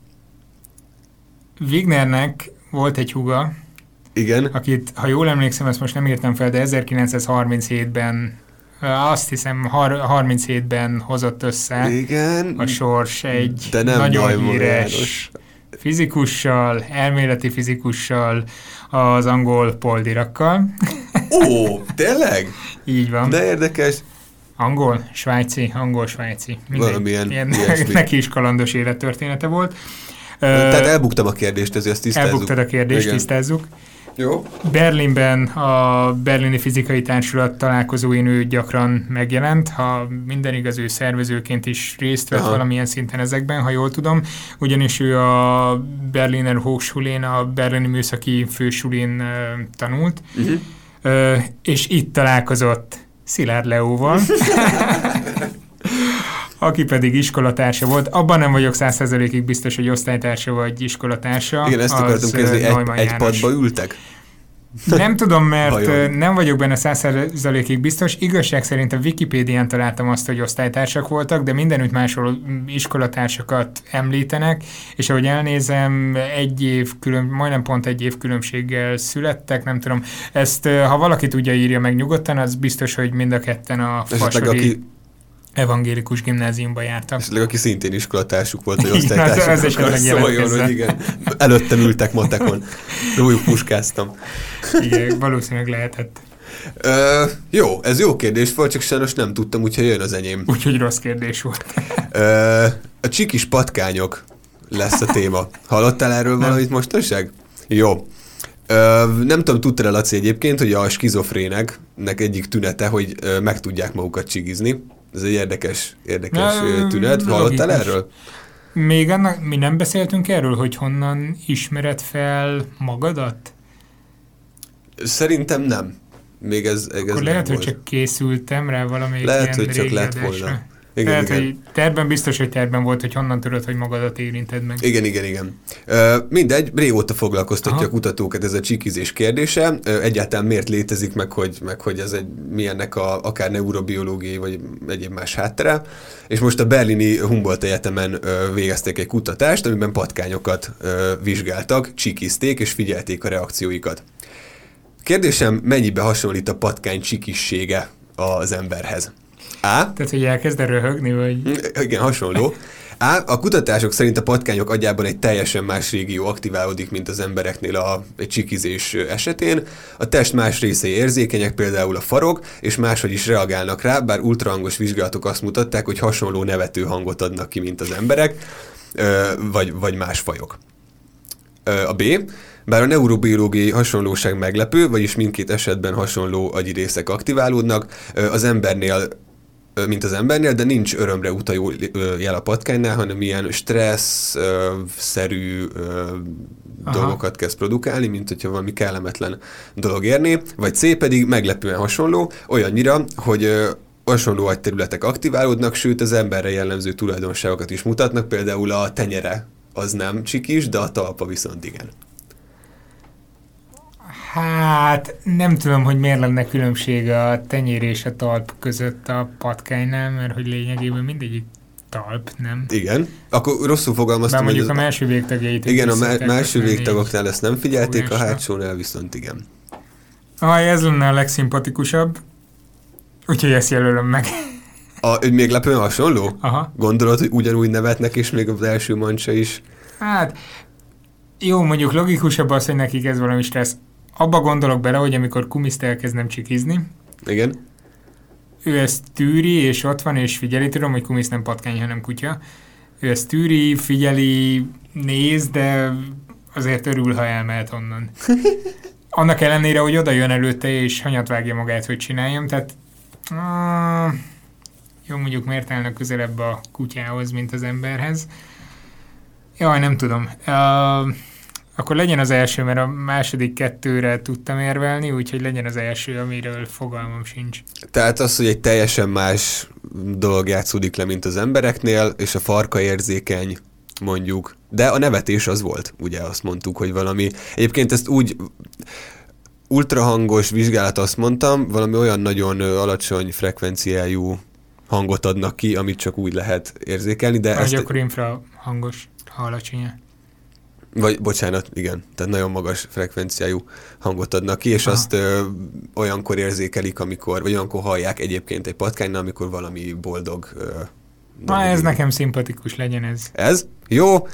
[SPEAKER 1] Wignernek volt egy húga,
[SPEAKER 3] igen,
[SPEAKER 1] akit, ha jól emlékszem, ezt most nem írtam fel, de 1937-ben, azt hiszem 37-ben hozott össze
[SPEAKER 3] igen,
[SPEAKER 1] a sors egy nagyon híres fizikussal, elméleti fizikussal, az angol Paul Diracccal.
[SPEAKER 3] Ó, tényleg?
[SPEAKER 1] Így van.
[SPEAKER 3] De érdekes.
[SPEAKER 1] Angol-svájci.
[SPEAKER 3] Valamilyen
[SPEAKER 1] neki is kalandos élettörténete volt.
[SPEAKER 3] Tehát elbuktam a kérdést, ezért azt tisztázzuk.
[SPEAKER 1] Elbuktad a kérdést, igen. Tisztázzuk.
[SPEAKER 3] Jó.
[SPEAKER 1] Berlinben a Berlini Fizikai Társulat találkozóin ő gyakran megjelent, ha minden igaz, ő szervezőként is részt vett valamilyen szinten ezekben, ha jól tudom, ugyanis ő a Berliner Hochschulén, a Berlini Műszaki Fősulin tanult, és itt találkozott Szilárd Leóval, aki pedig iskolatársa volt. Abban nem vagyok 100%-ig biztos, hogy osztálytársa vagy iskolatársa.
[SPEAKER 3] Igen, ezt akartam kezdeni, egy padba ültek?
[SPEAKER 1] Nem tudom, mert nem vagyok benne 100%-ig biztos. Igazság szerint a Wikipédián találtam azt, hogy osztálytársak voltak, de mindenütt máshol iskolatársakat említenek, és ahogy elnézem, majdnem pont egy év különbséggel születtek, nem tudom. Ezt, ha valaki tudja, írja meg nyugodtan, az biztos, hogy mind a ketten a Fasori evangélikus gimnáziumba jártak.
[SPEAKER 3] És aki szintén iskolatársuk volt, hogy osztálytársuk, akkor szóljon, hogy igen. Előttem ültek matekon. Rójuk puskáztam.
[SPEAKER 1] Igen, valószínűleg lehetett.
[SPEAKER 3] Jó, ez jó kérdés volt, csak sajnos nem tudtam, úgyhogy jön az enyém.
[SPEAKER 1] Úgyhogy rossz kérdés volt.
[SPEAKER 3] A csikis patkányok lesz a téma. Hallottál erről valamit mostanság? Jó. Nem tudom, tudtál-e, Laci, egyébként, hogy a skizofréneknek egyik tünete, hogy meg tudják magukat csigizni. Ez egy érdekes tünet. Hallottál erről?
[SPEAKER 1] Még mi nem beszéltünk erről, hogy honnan ismered fel magadat?
[SPEAKER 3] Szerintem nem. Még ez
[SPEAKER 1] akkor lehet, hogy csak készültem rá valamelyik
[SPEAKER 3] lehet, hogy csak lett volna.
[SPEAKER 1] Igen, hogy biztos, hogy terben volt, hogy honnan tudod, hogy magadat érinted meg.
[SPEAKER 3] Igen. Mindegy, régóta foglalkoztatja a kutatókat ez a csikizés kérdése. Egyáltalán miért létezik, meg hogy ez milyennek akár neurobiológiai, vagy egyéb más háttere. És most a berlini Humboldt Egyetemen végezték egy kutatást, amiben patkányokat vizsgáltak, csikizték és figyelték a reakcióikat. Kérdésem, mennyibe hasonlít a patkány csikissége az emberhez?
[SPEAKER 1] Tehát, hogy elkezd röhögni, vagy?
[SPEAKER 3] Igen, hasonló. A kutatások szerint a patkányok agyában egy teljesen más régió aktiválódik, mint az embereknél egy csikizés esetén. A test más részei érzékenyek, például a farok, és máshogy is reagálnak rá, bár ultrahangos vizsgálatok azt mutatták, hogy hasonló nevető hangot adnak ki, mint az emberek, vagy más fajok. A B. Bár a neurobiológiai hasonlóság meglepő, vagyis mindkét esetben hasonló agyi részek aktiválódnak, mint az embernél, de nincs örömre utaló jel a patkánynál, hanem ilyen stressz-szerű dolgokat kezd produkálni, mint hogyha valami kellemetlen dolog érné, vagy C pedig meglepően hasonló, olyannyira, hogy hasonló agyterületek aktiválódnak, sőt az emberre jellemző tulajdonságokat is mutatnak, például a tenyere az nem csikis, de a talpa viszont igen.
[SPEAKER 1] Hát nem tudom, hogy miért lenne különbség a tenyér és a talp között a patkánynál, mert hogy lényegében mindegyik talp, nem?
[SPEAKER 3] Igen. Akkor rosszul fogalmaztam.
[SPEAKER 1] Bár mondjuk a melső végtagjait.
[SPEAKER 3] Igen, a melső végtagoknál ezt nem figyelték, a hátsónál viszont igen.
[SPEAKER 1] Ez lenne a legszimpatikusabb, úgyhogy ezt jelölöm meg.
[SPEAKER 3] Meglepően hasonló?
[SPEAKER 1] Aha.
[SPEAKER 3] Gondolod, hogy ugyanúgy nevetnek, és még az első mancsa is?
[SPEAKER 1] Hát, jó, mondjuk logikusabb az, hogy nekik ez valami stressz. Abba gondolok bele, hogy amikor Kumiszt elkezdem csikizni,
[SPEAKER 3] igen.
[SPEAKER 1] Ő ezt tűri, és ott van, és figyeli, tudom, hogy Kumisz nem patkány, hanem kutya. Ő ezt tűri, figyeli, néz, de azért örül, ha elmehet onnan. Annak ellenére, hogy oda jön előtte, és hanyat vágja magát, hogy csináljam, tehát jó, mondjuk miért állnak közelebb a kutyához, mint az emberhez. Jaj, nem tudom. Akkor legyen az első, mert a második kettőre tudtam érvelni, úgyhogy legyen az első, amiről fogalmam sincs.
[SPEAKER 3] Tehát az, hogy egy teljesen más dolog játszódik le, mint az embereknél, és a farka érzékeny, mondjuk. De a nevetés az volt, ugye azt mondtuk, hogy valami. Egyébként ezt úgy ultrahangos vizsgálat azt mondtam, valami olyan nagyon alacsony frekvenciájú hangot adnak ki, amit csak úgy lehet érzékelni, de
[SPEAKER 1] vagy akkor infrahangos, ha alacsony.
[SPEAKER 3] Vagy, bocsánat, igen, tehát nagyon magas frekvenciájú hangot adnak ki, és azt olyankor érzékelik, amikor, vagy olyankor hallják egyébként egy patkánynál, amikor valami boldog.
[SPEAKER 1] Ez nekem szimpatikus, legyen ez.
[SPEAKER 3] Ez? Jó.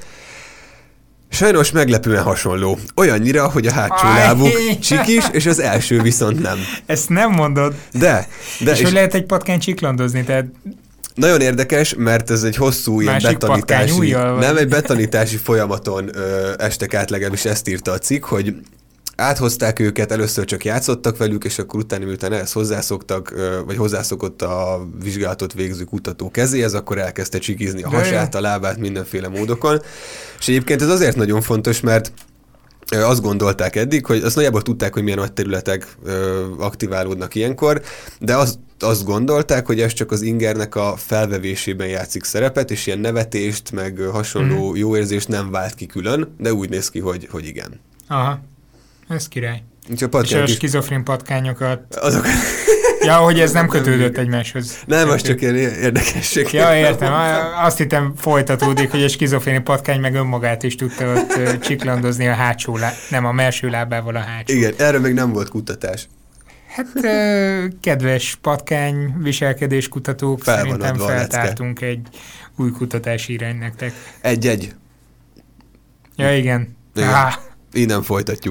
[SPEAKER 3] Sajnos meglepően hasonló. Olyannyira, hogy a hátsó lábuk csikis, és az első viszont nem.
[SPEAKER 1] Ezt nem mondod.
[SPEAKER 3] De
[SPEAKER 1] és hogy lehet egy patkány csiklandozni, tehát...
[SPEAKER 3] Nagyon érdekes, mert ez egy hosszú ilyen betanítási, nem egy betanítási folyamaton estek át, legalábbis ezt írta a cikk, hogy áthozták őket, először csak játszottak velük, és akkor utána, miután ehhez hozzászoktak, vagy hozzászokott a vizsgálatot végző kutató kezéhez, akkor elkezdte csikizni a hasát, a lábát mindenféle módokon. És egyébként ez azért nagyon fontos, mert azt gondolták eddig, hogy azt nagyjából tudták, hogy milyen nagy területek aktiválódnak ilyenkor, de azt gondolták, hogy ez csak az ingernek a felvevésében játszik szerepet, és ilyen nevetést, meg hasonló jó érzést nem vált ki külön, de úgy néz ki, hogy igen.
[SPEAKER 1] Aha, ez király. És a skizofrén patkányokat...
[SPEAKER 3] Azok...
[SPEAKER 1] Ja, hogy ez nem kötődött egymáshoz.
[SPEAKER 3] Nem, az csak ilyen érdekesség.
[SPEAKER 1] Ja, értem. Azt hittem folytatódik, hogy a skizofrén patkány meg önmagát is tudta ott csiklandozni a hátsó nem a melső lábával a hátsó.
[SPEAKER 3] Igen, erről még nem volt kutatás.
[SPEAKER 1] Hát kedves patkány viselkedés kutatók, szerintem feltártunk egy új kutatási irány nektek.
[SPEAKER 3] Egy-egy.
[SPEAKER 1] Ja, igen.
[SPEAKER 3] Innen folytatjuk.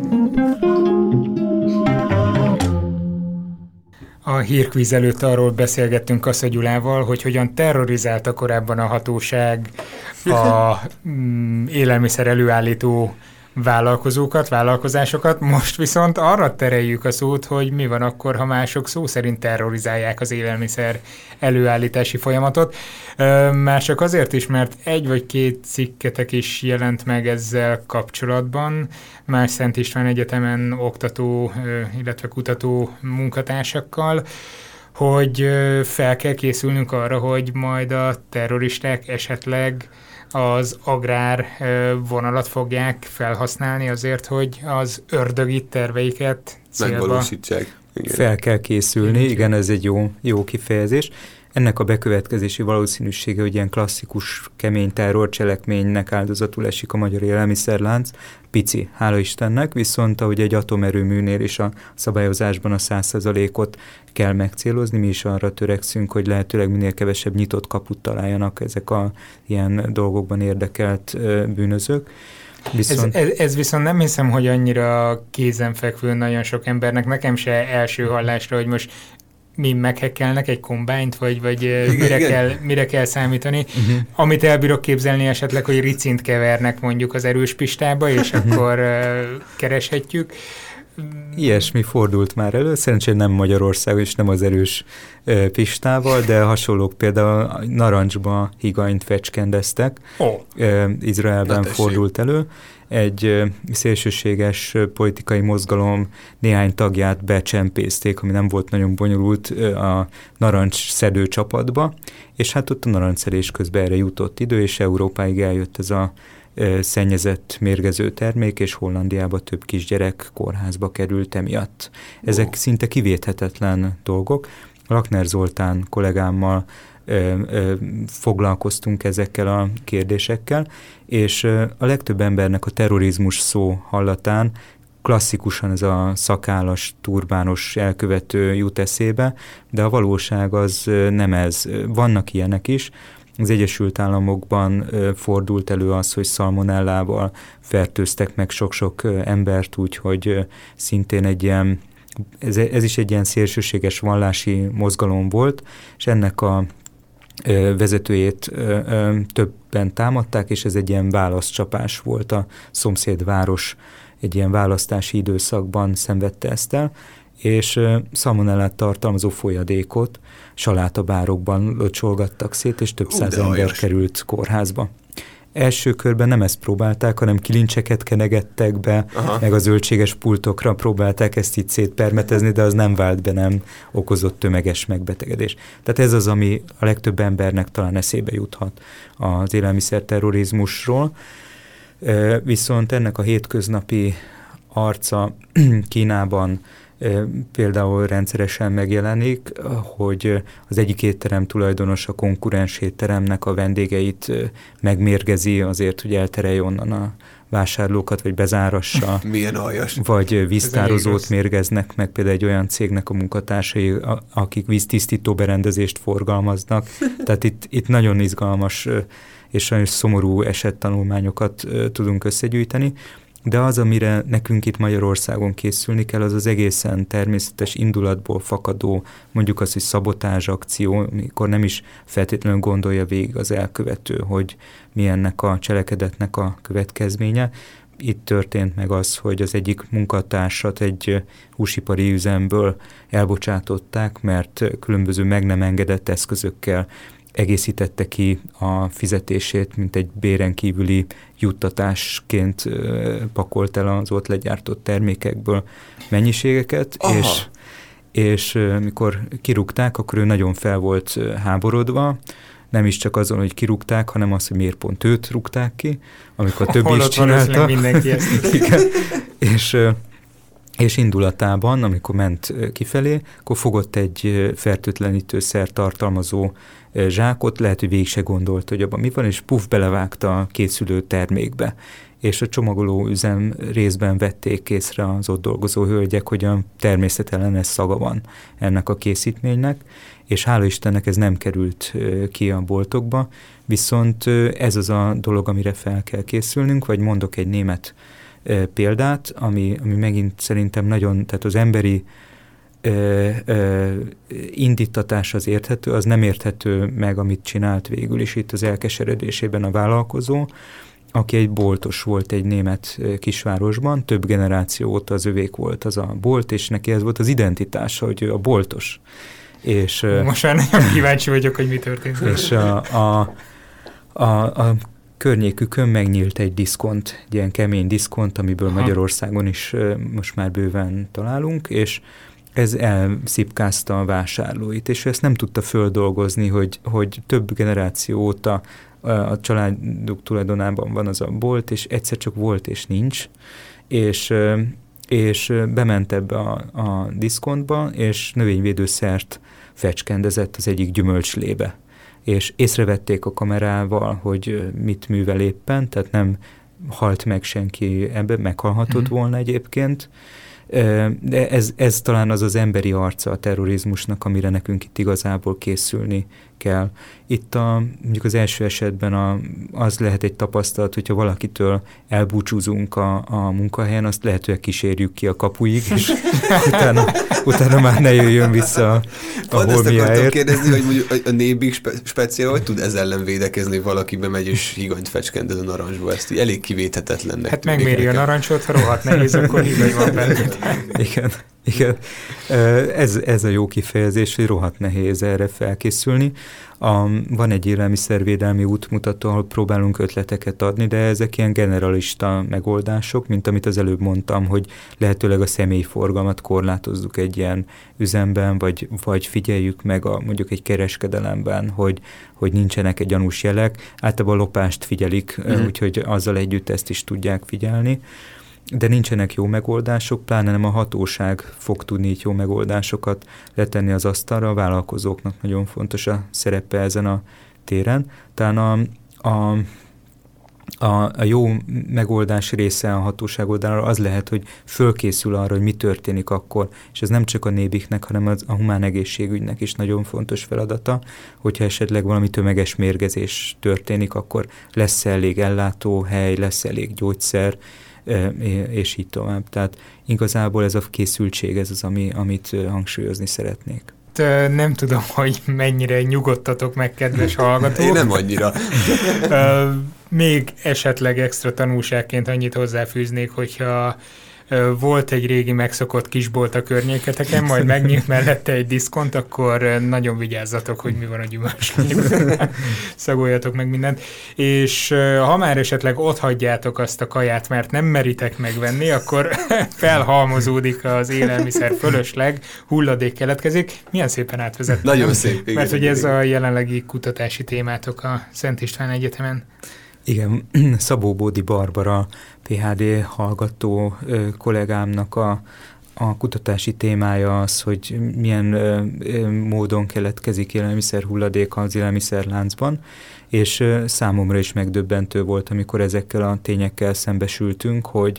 [SPEAKER 1] A hírkvíz előtt arról beszélgettünk Kassa Gyulával, hogy hogyan terrorizálta korábban a hatóság a élelmiszer előállító vállalkozókat, vállalkozásokat, most viszont arra tereljük a szót, hogy mi van akkor, ha mások szó szerint terrorizálják az élelmiszer előállítási folyamatot. Már csak azért is, mert egy vagy két cikketek is jelent meg ezzel kapcsolatban, más Szent István Egyetemen oktató, illetve kutató munkatársakkal, hogy fel kell készülnünk arra, hogy majd a terroristák esetleg az agrár vonalat fogják felhasználni azért, hogy az ördögi terveiket
[SPEAKER 3] megvalósítsák.
[SPEAKER 2] Fel kell készülni, igen, ez egy jó kifejezés. Ennek a bekövetkezési valószínűsége, hogy ilyen klasszikus, kemény terrorcselekménynek áldozatul esik a magyar élelmiszerlánc, pici, hála Istennek, viszont ahogy egy atomerőműnél is a szabályozásban a 100%-ot kell megcélozni, mi is arra törekszünk, hogy lehetőleg minél kevesebb nyitott kaput találjanak ezek a ilyen dolgokban érdekelt bűnözők.
[SPEAKER 1] Ez viszont nem hiszem, hogy annyira kézenfekvő nagyon sok embernek, nekem se első hallásra, hogy most mi meghekkelnek egy kombányt, vagy mire kell számítani. Amit elbírok képzelni esetleg, hogy ricint kevernek mondjuk az erős pistába, és akkor kereshetjük.
[SPEAKER 2] Ilyesmi fordult már elő, szerencsére nem Magyarországon és nem az erős pistával, de hasonlók például narancsba higanyt fecskendeztek. Izraelben fordult elő. Egy szélsőséges politikai mozgalom néhány tagját becsempészték, ami nem volt nagyon bonyolult, a narancsszedő csapatba, és hát ott a narancsszedés közben erre jutott idő, és Európáig eljött ez a szennyezett, mérgező termék, és Hollandiába több kisgyerek kórházba került emiatt. Ezek szinte kivéthetetlen dolgok. Lakner Zoltán kollégámmal foglalkoztunk ezekkel a kérdésekkel, és a legtöbb embernek a terrorizmus szó hallatán klasszikusan ez a szakállas, turbános elkövető jut eszébe, de a valóság az nem ez. Vannak ilyenek is. Az Egyesült Államokban fordult elő az, hogy szalmonellával fertőztek meg sok-sok embert, úgyhogy szintén egy ilyen, ez is egy ilyen szélsőséges vallási mozgalom volt, és ennek a vezetőjét többen támadták, és ez egy ilyen válaszcsapás volt. A szomszédváros egy ilyen választási időszakban szenvedte ezt el, és szalmonellát tartalmazó folyadékot salátabárokban locsolgattak szét, és több száz ember került kórházba. első körben nem ezt próbálták, hanem kilincseket kenegettek be, meg a zöldséges pultokra próbálták ezt itt szétpermetezni, de az nem vált be, nem okozott tömeges megbetegedés. Tehát ez az, ami a legtöbb embernek talán eszébe juthat az élelmiszerterrorizmusról. Viszont ennek a hétköznapi arca Kínában például rendszeresen megjelenik, hogy az egyik étterem tulajdonos a konkurens étteremnek a vendégeit megmérgezi azért, hogy elterelje onnan a vásárlókat, vagy bezárassa.
[SPEAKER 3] Milyen aljas.
[SPEAKER 2] Vagy víztározót mérgeznek meg például egy olyan cégnek a munkatársai, akik víztisztító berendezést forgalmaznak. Tehát itt nagyon izgalmas és sajnos szomorú esettanulmányokat tudunk összegyűjteni. De az, amire nekünk itt Magyarországon készülni kell, az az egészen természetes indulatból fakadó, mondjuk az, hogy szabotázs akció, amikor nem is feltétlenül gondolja végig az elkövető, hogy mi ennek a cselekedetnek a következménye. Itt történt meg az, hogy az egyik munkatársat egy húsipari üzemből elbocsátották, mert különböző meg nem engedett eszközökkel egészítette ki a fizetését, mint egy béren kívüli juttatásként pakolt el az ott legyártott termékekből mennyiségeket, és mikor kirúgták, akkor ő nagyon fel volt háborodva, nem is csak azon, hogy kirúgták, hanem az, hogy miért pont őt rúgták ki, amikor többi is csinálta.
[SPEAKER 1] Mindenki ezt.
[SPEAKER 2] Igen. És indulatában, amikor ment kifelé, akkor fogott egy fertőtlenítőszer tartalmazó zsákot, lehet, hogy végig se gondolt, hogy abban mi van, és puf, belevágta a készülő termékbe. És a csomagoló üzem részben vették észre az ott dolgozó hölgyek, hogy a természetellenes szaga van ennek a készítménynek, és hála Istennek ez nem került ki a boltokba, viszont ez az a dolog, amire fel kell készülnünk, vagy mondok egy német példát, ami megint szerintem nagyon, tehát az emberi indítatás az érthető, az nem érthető meg, amit csinált végül is itt az elkeseredésében a vállalkozó, aki egy boltos volt egy német kisvárosban, több generáció óta az övék volt az a bolt, és neki ez volt az identitása, hogy ő a boltos. És,
[SPEAKER 1] most már nagyon kíváncsi vagyok, hogy mi történt.
[SPEAKER 2] És a környékükön megnyílt egy diszkont, egy ilyen kemény diszkont, amiből Magyarországon is most már bőven találunk, és ez elszipkázta a vásárlóit, és ezt nem tudta földolgozni, hogy több generáció óta a családok tulajdonában van az a bolt, és egyszer csak volt és nincs, és bement ebbe a diszkontba, és növényvédőszert fecskendezett az egyik gyümölcslébe. És észrevették a kamerával, hogy mit művel éppen, tehát nem halt meg senki ebbe, meghalhatott volna egyébként, de ez talán az emberi arca a terrorizmusnak, amire nekünk itt igazából készülni kell. Itt mondjuk az első esetben az lehet egy tapasztalat, hogyha valakitől elbúcsúzunk a munkahelyen, azt lehet, kísérjük ki a kapuig, és utána már ne jöjjön vissza a holmiáért.
[SPEAKER 3] Ezt akartam kérdezni, hogy mondjuk a Nébig speciál, hogy tud ez ellen védekezni, hogy valaki bemegy és higanyt fecskendez a narancsba, ezt így elég kivéthetetlennek.
[SPEAKER 1] Hát megméri a narancsot, ha rohadt nehéz, akkor higany van benne.
[SPEAKER 2] Igen. Ez a jó kifejezés, hogy rohadt nehéz erre felkészülni. Van egy élelmiszervédelmi útmutató, ahol próbálunk ötleteket adni, de ezek ilyen generalista megoldások, mint amit az előbb mondtam, hogy lehetőleg a személyforgalmat korlátozzuk egy ilyen üzemben, vagy figyeljük meg mondjuk egy kereskedelemben, hogy nincsenek egy gyanús jelek. Általában a lopást figyelik, úgyhogy azzal együtt ezt is tudják figyelni. De nincsenek jó megoldások, pláne nem a hatóság fog tudni így jó megoldásokat letenni az asztalra, a vállalkozóknak nagyon fontos a szerepe ezen a téren. Talán a jó megoldás része a hatóság oldalára az lehet, hogy fölkészül arra, hogy mi történik akkor, és ez nem csak a Nébiknek, hanem a humán egészségügynek is nagyon fontos feladata, hogyha esetleg valami tömeges mérgezés történik, akkor lesz elég ellátóhely, lesz elég gyógyszer, és így tovább. Tehát igazából ez a készültség, ez az, amit hangsúlyozni szeretnék.
[SPEAKER 1] Nem tudom, hogy mennyire nyugodtatok meg, kedves hallgatók.
[SPEAKER 3] Én nem annyira.
[SPEAKER 1] Még esetleg extra tanulságként annyit hozzáfűznék, hogyha volt egy régi megszokott kisbolt a környéketeken, majd megnyílt mellette egy diszkont, akkor nagyon vigyázzatok, hogy mi van a gyümölcslében. Szagoljatok meg mindent. És ha már esetleg ott hagyjátok azt a kaját, mert nem meritek megvenni, akkor felhalmozódik az élelmiszer fölösleg, hulladék keletkezik. Milyen szépen átvezettem.
[SPEAKER 3] Nagyon szép. Igen,
[SPEAKER 1] mert hogy
[SPEAKER 3] igen,
[SPEAKER 1] ez
[SPEAKER 3] igen.
[SPEAKER 1] a jelenlegi kutatási témátok a Szent István Egyetemen.
[SPEAKER 2] Igen, Szabó Bódi Barbara PhD hallgató kollégámnak a kutatási témája az, hogy milyen módon keletkezik élelmiszerhulladék az élelmiszerláncban, és számomra is megdöbbentő volt, amikor ezekkel a tényekkel szembesültünk, hogy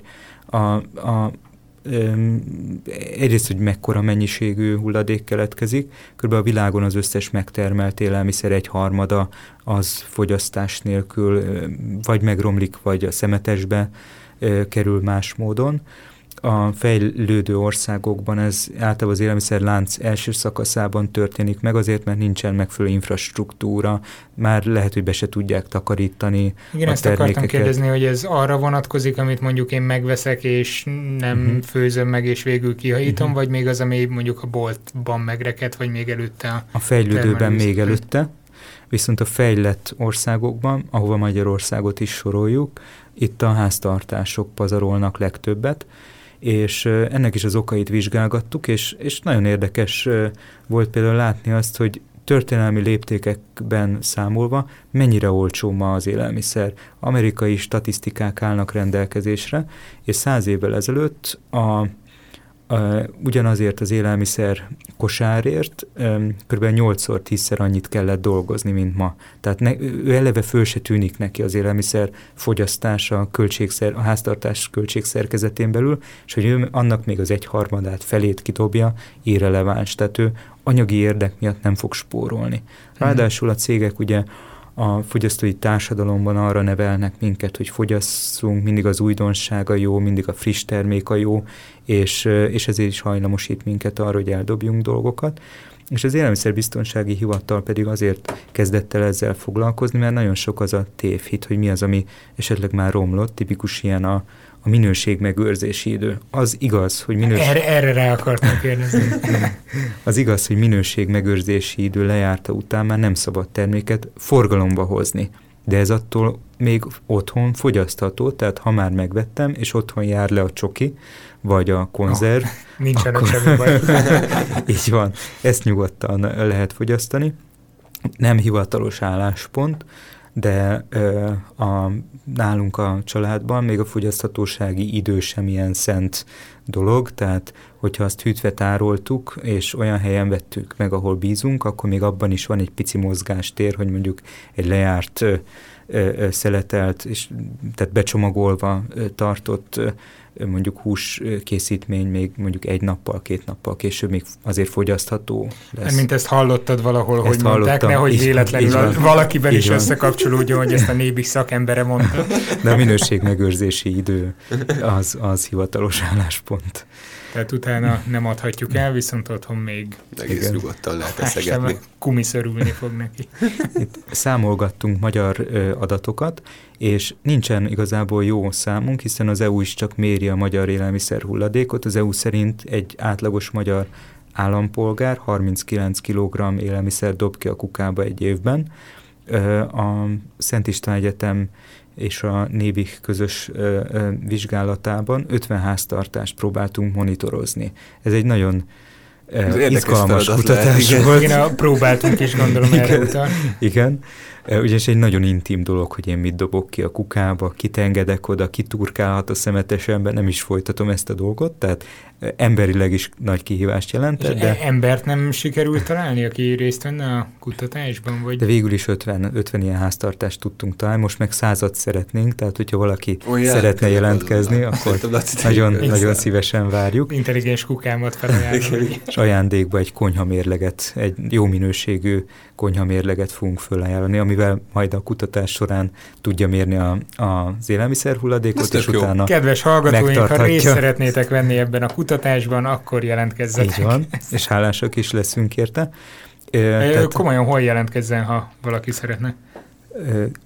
[SPEAKER 2] egyrészt, hogy mekkora mennyiségű hulladék keletkezik, kb. A világon az összes megtermelt élelmiszer 1/3 az fogyasztás nélkül vagy megromlik, vagy a szemetesbe kerül más módon. A fejlődő országokban ez általában az élelmiszerlánc első szakaszában történik meg, azért, mert nincsen megfelelő infrastruktúra, már lehet, hogy be se tudják takarítani
[SPEAKER 1] igen,
[SPEAKER 2] a
[SPEAKER 1] ezt
[SPEAKER 2] termékeket.
[SPEAKER 1] akartam kérdezni, hogy ez arra vonatkozik, amit mondjuk én megveszek, és nem főzöm meg, és végül kihajítom, vagy még az, ami mondjuk a boltban megrekedt, vagy még előtte
[SPEAKER 2] a fejlődőben még előtte, viszont a fejlett országokban, ahova Magyarországot is soroljuk, itt a háztartások pazarolnak legtöbbet, és ennek is az okait vizsgálgattuk, és nagyon érdekes volt például látni azt, hogy történelmi léptékekben számolva mennyire olcsó ma az élelmiszer. Amerikai statisztikák állnak rendelkezésre, és 100 évvel ezelőtt ugyanazért az élelmiszer kosárért kb. 8-10-szer annyit kellett dolgozni, mint ma. Tehát ő eleve föl se tűnik neki az élelmiszer fogyasztása a háztartás költségszerkezetén belül, és hogy ő annak még az 1/3 felét kidobja, irreleváns. Tehát ő anyagi érdek miatt nem fog spórolni. Ráadásul a cégek ugye a fogyasztói társadalomban arra nevelnek minket, hogy fogyasszunk, mindig az újdonsága jó, mindig a friss termék a jó, és ezért is hajlamosít minket arra, hogy eldobjunk dolgokat. És az Élelmiszerbiztonsági Hivatal pedig azért kezdett el ezzel foglalkozni, mert nagyon sok az a tévhit, hogy mi az, ami esetleg már romlott, tipikus ilyen a minőségmegőrzési idő. Az igaz, hogy
[SPEAKER 1] Erre rá akartam kérdezni.
[SPEAKER 2] Az igaz, hogy minőségmegőrzési idő lejárta után már nem szabad terméket forgalomba hozni. De ez attól még otthon fogyasztható, tehát ha már megvettem, és otthon jár le a csoki, vagy a konzerv.
[SPEAKER 1] Nincsen ott semmi baj.
[SPEAKER 2] Így van, ezt nyugodtan lehet fogyasztani. Nem hivatalos álláspont, de nálunk a családban még a fogyaszthatósági idő sem ilyen szent dolog, tehát hogyha azt hűtve tároltuk, és olyan helyen vettük meg, ahol bízunk, akkor még abban is van egy pici mozgástér, hogy mondjuk egy lejárt szeletelt, és tehát becsomagolva tartott mondjuk húskészítmény még mondjuk 1 nappal, 2 nappal később még azért fogyasztható lesz.
[SPEAKER 1] Mint ezt hallottad valahol,
[SPEAKER 2] ezt
[SPEAKER 1] hogy mondták, nehogy véletlenül valakiben is
[SPEAKER 2] van.
[SPEAKER 1] Összekapcsolódjon, hogy ezt a Nébis szakembere mondta.
[SPEAKER 2] De a minőségmegőrzési idő az hivatalos álláspont.
[SPEAKER 1] Tehát utána nem adhatjuk el, viszont otthon még
[SPEAKER 3] egész nyugodtan lehet eszegetni.
[SPEAKER 1] Kumiszörülni fog neki.
[SPEAKER 2] Itt számolgattunk magyar adatokat, és nincsen igazából jó számunk, hiszen az EU is csak méri a magyar élelmiszer hulladékot. Az EU szerint egy átlagos magyar állampolgár 39 kg élelmiszer dob ki a kukába egy évben. A Szent István Egyetem és a Nébih közös vizsgálatában 50 háztartást próbáltunk monitorozni. Ez egy nagyon izgalmas kutatás volt.
[SPEAKER 1] Igen, próbáltunk is, gondolom, erre utal.
[SPEAKER 2] Igen, ugyanis egy nagyon intim dolog, hogy én mit dobok ki a kukába, kit engedek oda, ki turkálhat a szemetesemben, nem is folytatom ezt a dolgot, tehát emberileg is nagy kihívást jelentett. De
[SPEAKER 1] embert nem sikerült találni, aki részt venne a kutatásban? Vagy?
[SPEAKER 2] De végül is 50 ilyen háztartást tudtunk találni, most meg 100-at szeretnénk, tehát hogyha valaki szeretne jelentkezni, akkor nagyon szívesen várjuk.
[SPEAKER 1] Intelligens kukámat felajánlom.
[SPEAKER 2] És ajándékba egy konyhamérleget, egy jó minőségű konyhamérleget fogunk felajánlani, amivel majd a kutatás során tudja mérni az élelmiszerhulladékot, és utána
[SPEAKER 1] kedves hallgatóink, ha részt szeretnétek venni ebben a kutatásban, akkor jelentkezzetek.
[SPEAKER 2] Így van, és hálásak is leszünk érte.
[SPEAKER 1] Komolyan hol jelentkezzen, ha valaki szeretne?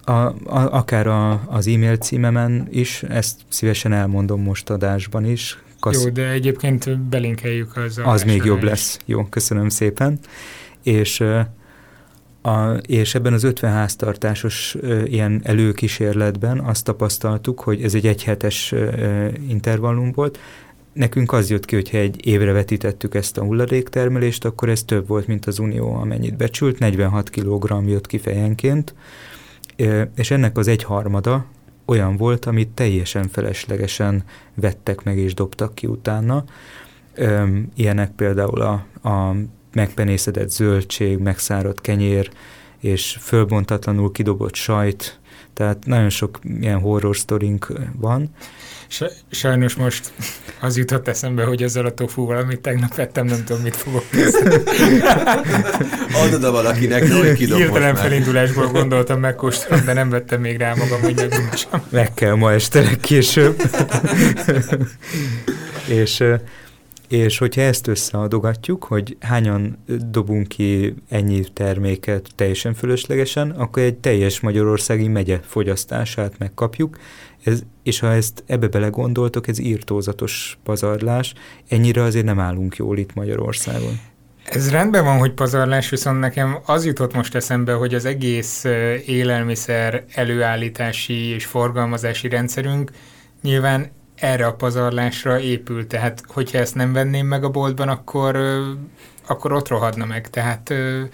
[SPEAKER 2] Akár az e-mail címemen is, ezt szívesen elmondom most adásban is,
[SPEAKER 1] Jó, de egyébként belinkeljük
[SPEAKER 2] az még jobb lesz. Jó, köszönöm szépen. És ebben az 50 háztartásos ilyen előkísérletben azt tapasztaltuk, hogy ez egy egyhetes intervallum volt. Nekünk az jött ki, hogyha egy évre vetítettük ezt a hulladéktermelést, akkor ez több volt, mint az Unió, amennyit becsült, 46 kg jött ki fejenként, és ennek az 1/3 olyan volt, amit teljesen feleslegesen vettek meg és dobtak ki utána. Ilyenek például a megpenészedett zöldség, megszáradt kenyér, és fölbontatlanul kidobott sajt, tehát nagyon sok ilyen horror sztorink van.
[SPEAKER 1] Sajnos most az jutott eszembe, hogy ezzel a tofúval, amit tegnap vettem, nem tudom, mit fogok kezdeni.
[SPEAKER 3] Add oda valakinek, hogy kidob most
[SPEAKER 1] Hirtelen
[SPEAKER 3] már.
[SPEAKER 1] felindulásból gondoltam megkóstolni, de nem vettem még rá magam, hogy megmutassam.
[SPEAKER 2] Meg kell ma este legkésőbb. És hogyha ezt összeadogatjuk, hogy hányan dobunk ki ennyi terméket teljesen fölöslegesen, akkor egy teljes magyarországi megye fogyasztását megkapjuk, és ha ezt ebbe belegondoltok, ez írtózatos pazarlás, ennyire azért nem állunk jól itt Magyarországon.
[SPEAKER 1] Ez rendben van, hogy pazarlás, viszont nekem az jutott most eszembe, hogy az egész élelmiszer előállítási és forgalmazási rendszerünk nyilván erre a pazarlásra épül, tehát hogyha ezt nem venném meg a boltban, akkor ott rohadna meg, tehát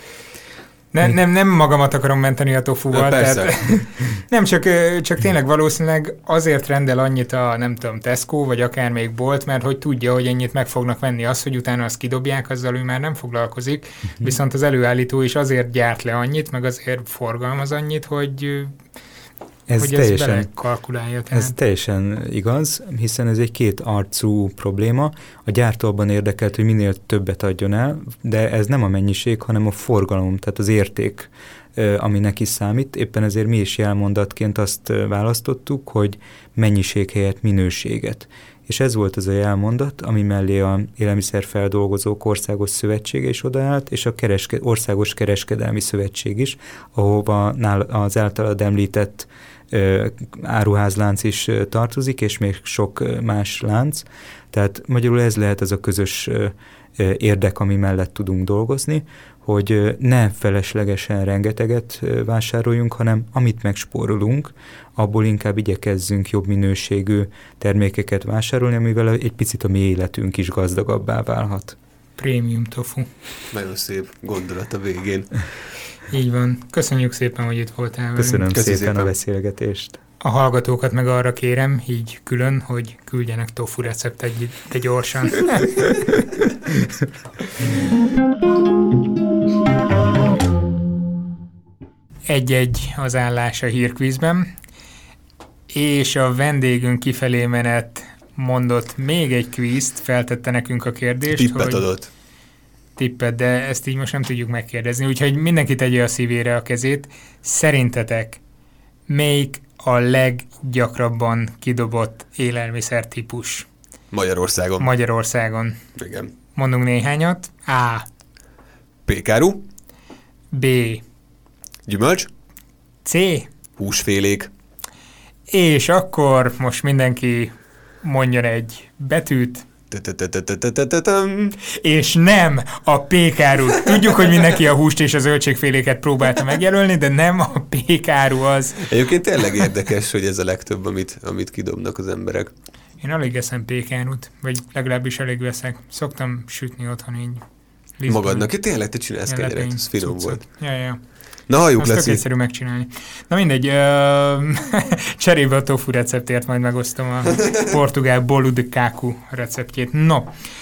[SPEAKER 1] nem magamat akarom menteni a tofúval, tehát nem, csak tényleg valószínűleg azért rendel annyit a, nem tudom, Tesco, vagy akár még bolt, mert hogy tudja, hogy ennyit meg fognak venni, az, hogy utána azt kidobják, azzal ő már nem foglalkozik, viszont az előállító is azért gyárt le annyit, meg azért forgalmaz annyit, hogy ezt belekalkulálja.
[SPEAKER 2] Ez teljesen igaz, hiszen ez egy kétarcú probléma. A gyártóban érdekelt, hogy minél többet adjon el, de ez nem a mennyiség, hanem a forgalom, tehát az érték, ami neki számít. Éppen ezért mi is jelmondatként azt választottuk, hogy mennyiség helyett minőséget. És ez volt az a jelmondat, ami mellé a Élelmiszerfeldolgozók Országos Szövetsége is odaállt, és a Országos Kereskedelmi Szövetség is, ahova az általad említett áruházlánc is tartozik, és még sok más lánc. Tehát magyarul ez lehet az a közös érdek, ami mellett tudunk dolgozni, hogy ne feleslegesen rengeteget vásároljunk, hanem amit megspórolunk, abból inkább igyekezzünk jobb minőségű termékeket vásárolni, amivel egy picit a mi életünk is gazdagabbá válhat.
[SPEAKER 1] Prémium tofu.
[SPEAKER 3] Nagyon szép gondolat a végén.
[SPEAKER 1] Így van. Köszönjük szépen, hogy itt voltál velünk.
[SPEAKER 2] Köszönöm szépen a beszélgetést.
[SPEAKER 1] A hallgatókat meg arra kérem, így külön, hogy küldjenek tofu receptet de gyorsan. Egy-egy az állás a hírkvízben, és a vendégünk kifelé menet mondott még egy kvízt, feltette nekünk a kérdést,
[SPEAKER 3] tippet adott.
[SPEAKER 1] Tippet, de ezt így most nem tudjuk megkérdezni, úgyhogy mindenki tegye a szívére a kezét. Szerintetek melyik a leggyakrabban kidobott élelmiszer típus?
[SPEAKER 3] Magyarországon. Igen.
[SPEAKER 1] Mondunk néhányat. A.
[SPEAKER 3] Pékáru.
[SPEAKER 1] B.
[SPEAKER 3] Gyümölcs.
[SPEAKER 1] C.
[SPEAKER 3] Húsfélék.
[SPEAKER 1] És akkor most mindenki mondjon egy betűt. És nem a pékáru. Tudjuk, hogy mindenki a húst és a zöldségféléket próbálta megjelölni, de nem a pékáru az.
[SPEAKER 3] Egyébként tényleg érdekes, hogy ez a legtöbb, amit kidobnak az emberek.
[SPEAKER 1] Én alig eszem pékárut, vagy legalábbis alig veszek. Szoktam sütni otthon így. Lisztben.
[SPEAKER 3] Magadnak? Tényleg te csinálsz kenyeret, ez finom volt.
[SPEAKER 1] Ja.
[SPEAKER 3] Na, halljuk,
[SPEAKER 1] Laci. Azt tök egyszerű megcsinálni. Na mindegy, cserébe a tofu receptért majd megosztom a portugál bolo de cacu receptjét. No,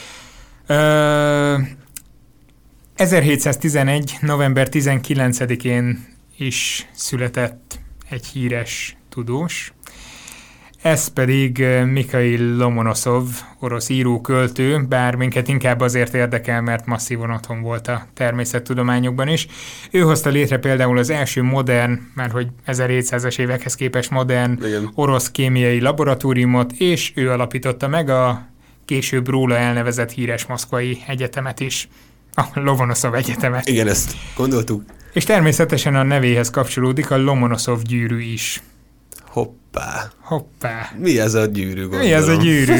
[SPEAKER 1] 1711. november 19-én is született egy híres tudós. Ez pedig Mikhail Lomonoszov, orosz író-költő, bár minket inkább azért érdekel, mert masszívan otthon volt a természettudományokban is. Ő hozta létre például az első modern, már hogy 1700-as évekhez képest modern orosz kémiai laboratóriumot, és ő alapította meg a később róla elnevezett híres moszkvai egyetemet is, a Lomonoszov egyetemet.
[SPEAKER 3] Igen, ezt gondoltuk.
[SPEAKER 1] És természetesen a nevéhez kapcsolódik a Lomonoszov gyűrű is.
[SPEAKER 3] Hoppá. Mi ez a gyűrű, gondolom?
[SPEAKER 1] Mi ez a gyűrű?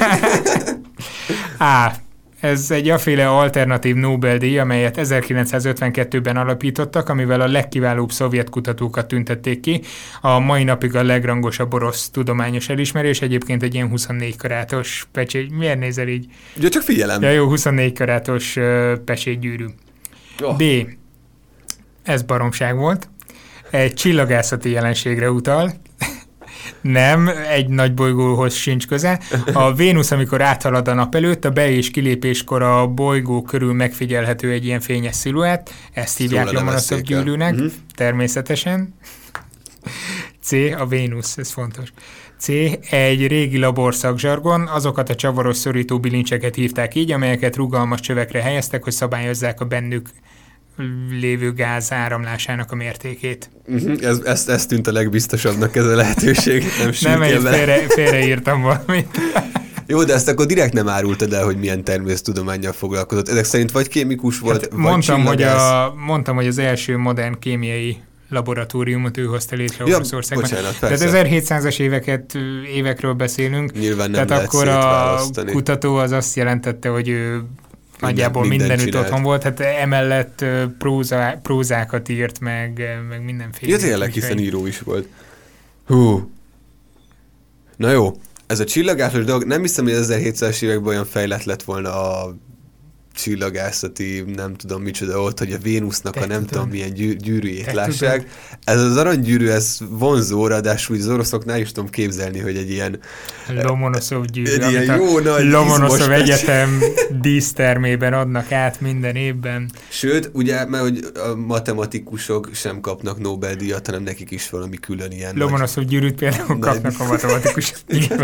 [SPEAKER 1] Ez egy aféle alternatív Nobel-díj, amelyet 1952-ben alapítottak, amivel a legkiválóbb szovjet kutatókat tüntették ki. A mai napig a legrangosabb orosz tudományos elismerés, egyébként egy ilyen 24 karátos pecsét. Miért nézel így?
[SPEAKER 3] Ja, csak figyelem.
[SPEAKER 1] Ja, jó, 24 karátos pecsétgyűrű. Oh. B. Ez baromság volt. Egy csillagászati jelenségre utal. Nem, egy nagy bolygóhoz sincs köze. A Vénusz, amikor áthalad a nap előtt, a be- és kilépéskor a bolygó körül megfigyelhető egy ilyen fényes sziluett. Ezt hívják Lomonoszov gyűrűnek, természetesen. C. A Vénusz, ez fontos. C. Egy régi laborszakzsargon, azokat a csavaros szorító bilincseket hívták így, amelyeket rugalmas csövekre helyeztek, hogy szabályozzák a bennük lévő gáz áramlásának a mértékét.
[SPEAKER 3] Ez tűnt a legbiztosabbnak, ez a lehetőség.
[SPEAKER 1] Nem, én félreírtam valamit.
[SPEAKER 3] Jó, de ezt akkor direkt nem árultad el, hogy milyen természettudománnyal foglalkozott. Ezek szerint vagy kémikus volt,
[SPEAKER 1] hát
[SPEAKER 3] vagy
[SPEAKER 1] mondtam, hogy az első modern kémiai laboratóriumot ő hozta létre Oroszországban.
[SPEAKER 3] Bocsánat,
[SPEAKER 1] tehát 1700-as évekről beszélünk.
[SPEAKER 3] Nyilván nem
[SPEAKER 1] tehát akkor a kutató az azt jelentette, hogy ő nagyjából mindenütt otthon volt, hát emellett prózákat írt, meg mindenféle.
[SPEAKER 3] Ja, tényleg, hiszen író is volt. Hú. Na jó, ez a csillagászos dolog, nem hiszem, hogy az 1700-es években olyan fejlett lett volna a csillagászati, nem tudom micsoda ott, hogy a Vénusznak a nem tudom milyen gyűrűjét lássák. Ez az aranygyűrű, ez vonzó, ráadásul az oroszoknál is tudom képzelni, hogy egy ilyen
[SPEAKER 1] Lomonoszov gyűrű,
[SPEAKER 3] egy ilyen jó nagy
[SPEAKER 1] Lomonoszov Egyetem dísztermében adnak át minden évben.
[SPEAKER 3] Sőt, ugye, mert hogy a matematikusok sem kapnak Nobel-díjat, hanem nekik is valami külön ilyen
[SPEAKER 1] Lomonoszov gyűrűt például kapnak a matematikusok.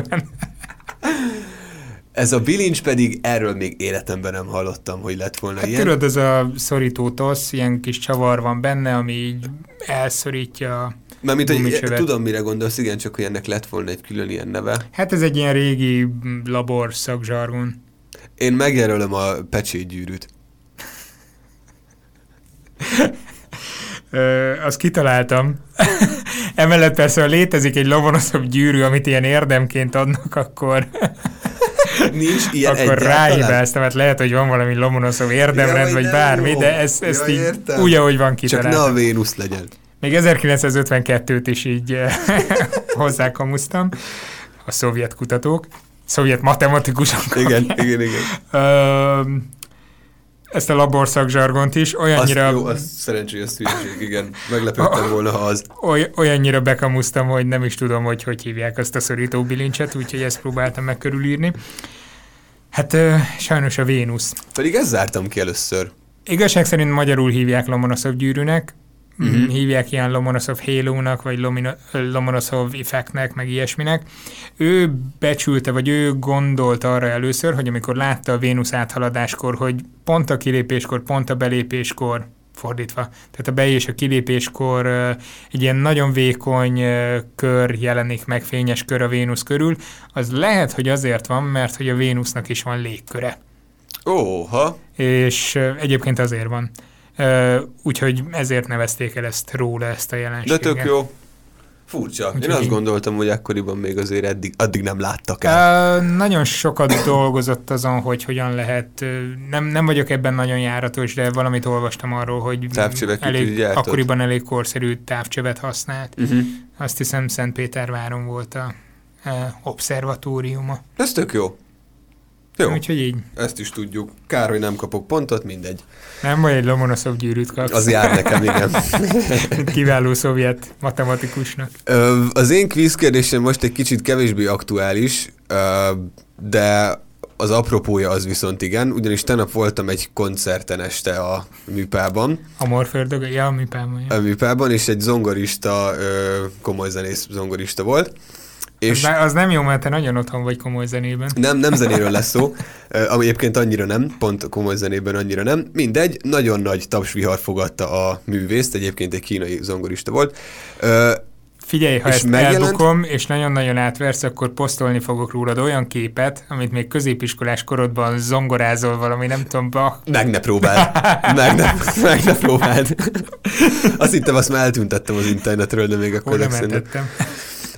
[SPEAKER 3] Ez a bilincs pedig, erről még életemben nem hallottam, hogy lett volna ilyen.
[SPEAKER 1] Tudod, ez a szorító tosz, ilyen kis csavar van benne, ami így elszorítja a
[SPEAKER 3] gumicsövet. Tudom, mire gondolsz, igen, csak hogy ennek lett volna egy külön ilyen neve.
[SPEAKER 1] Hát ez egy ilyen régi labor szakzsargon.
[SPEAKER 3] Én megjelölöm a pecsétgyűrűt.
[SPEAKER 1] Azt kitaláltam. Emellett persze, ha létezik egy Lomonoszov gyűrű, amit ilyen érdemként adnak, akkor...
[SPEAKER 3] Nincs ilyen
[SPEAKER 1] akkor ráhibáztam, mert lehet, hogy van valami Lomonoszov érdemrend, vagy bármi, jó. De ezt így értem. Úgy, ahogy van kitaláltam.
[SPEAKER 3] Csak ne a Vénusz legyen.
[SPEAKER 1] Még 1952-t is így hozzákamusztam a szovjet kutatók, szovjet matematikusok.
[SPEAKER 3] Igen.
[SPEAKER 1] Ezt a laborszakzsargont is olyannyira...
[SPEAKER 3] Az szerencsé, az hülyeség, igen. Meglepődtem volna, ha az...
[SPEAKER 1] Olyannyira bekamusztam, hogy nem is tudom, hogy hívják azt a szorító bilincset, úgyhogy ezt próbáltam meg körülírni. Hát sajnos a Vénusz.
[SPEAKER 3] Pedig ezt zártam ki először.
[SPEAKER 1] Igazság szerint magyarul hívják Lomonoszov gyűrűnek, hívják ilyen Lomonoszov halo-nak, vagy Lomonoszov effektnek, meg ilyesminek. Ő becsülte, vagy ő gondolt arra először, hogy amikor látta a Vénusz áthaladáskor, hogy pont a kilépéskor, pont a belépéskor, fordítva, tehát a be- és a kilépéskor egy ilyen nagyon vékony kör jelenik meg, fényes kör a Vénusz körül, az lehet, hogy azért van, mert hogy a Vénusznak is van légköre.
[SPEAKER 3] Óha!
[SPEAKER 1] És egyébként azért van. Úgyhogy ezért nevezték el róla, ezt a jelenséget.
[SPEAKER 3] De tök jó. Furcsa. Úgyhogy én azt gondoltam, hogy akkoriban még azért addig nem láttak el.
[SPEAKER 1] Nagyon sokat dolgozott azon, hogy hogyan lehet, nem vagyok ebben nagyon járatos, de valamit olvastam arról, hogy akkoriban elég korszerű távcsövet használt. Azt hiszem Szentpéterváron volt a obszervatóriuma.
[SPEAKER 3] Ez tök jó. Jó,
[SPEAKER 1] úgyhogy így.
[SPEAKER 3] Ezt is tudjuk. Kár, hogy nem kapok pontot, mindegy.
[SPEAKER 1] Nem baj, egy Lomonoszov gyűrűt kapsz.
[SPEAKER 3] Az jár nekem, igen.
[SPEAKER 1] Kiváló szovjet matematikusnak.
[SPEAKER 3] Az én kvíz kérdésem most egy kicsit kevésbé aktuális, de az apropója az viszont igen, ugyanis tegnap voltam egy koncerten este a Műpában.
[SPEAKER 1] A Morföldög? Ja, a Műpában. Ja.
[SPEAKER 3] A Műpában, és egy zongorista, komoly zenész zongorista volt.
[SPEAKER 1] És az nem jó, mert te nagyon otthon vagy komoly zenében.
[SPEAKER 3] Nem zenéről lesz szó, ami egyébként annyira nem, pont komoly zenében annyira nem. Mindegy, nagyon nagy tapsvihar fogadta a művészt, egyébként egy kínai zongorista volt.
[SPEAKER 1] Figyelj, ha ezt elbukom, és nagyon-nagyon átversz, akkor posztolni fogok rólad olyan képet, amit még középiskolás korodban zongorázol valami, nem tudom,
[SPEAKER 3] Meg ne próbáld. Meg ne próbáld. Azt hittem, azt már eltüntettem az internetről, de még akkor
[SPEAKER 1] nem eltettem.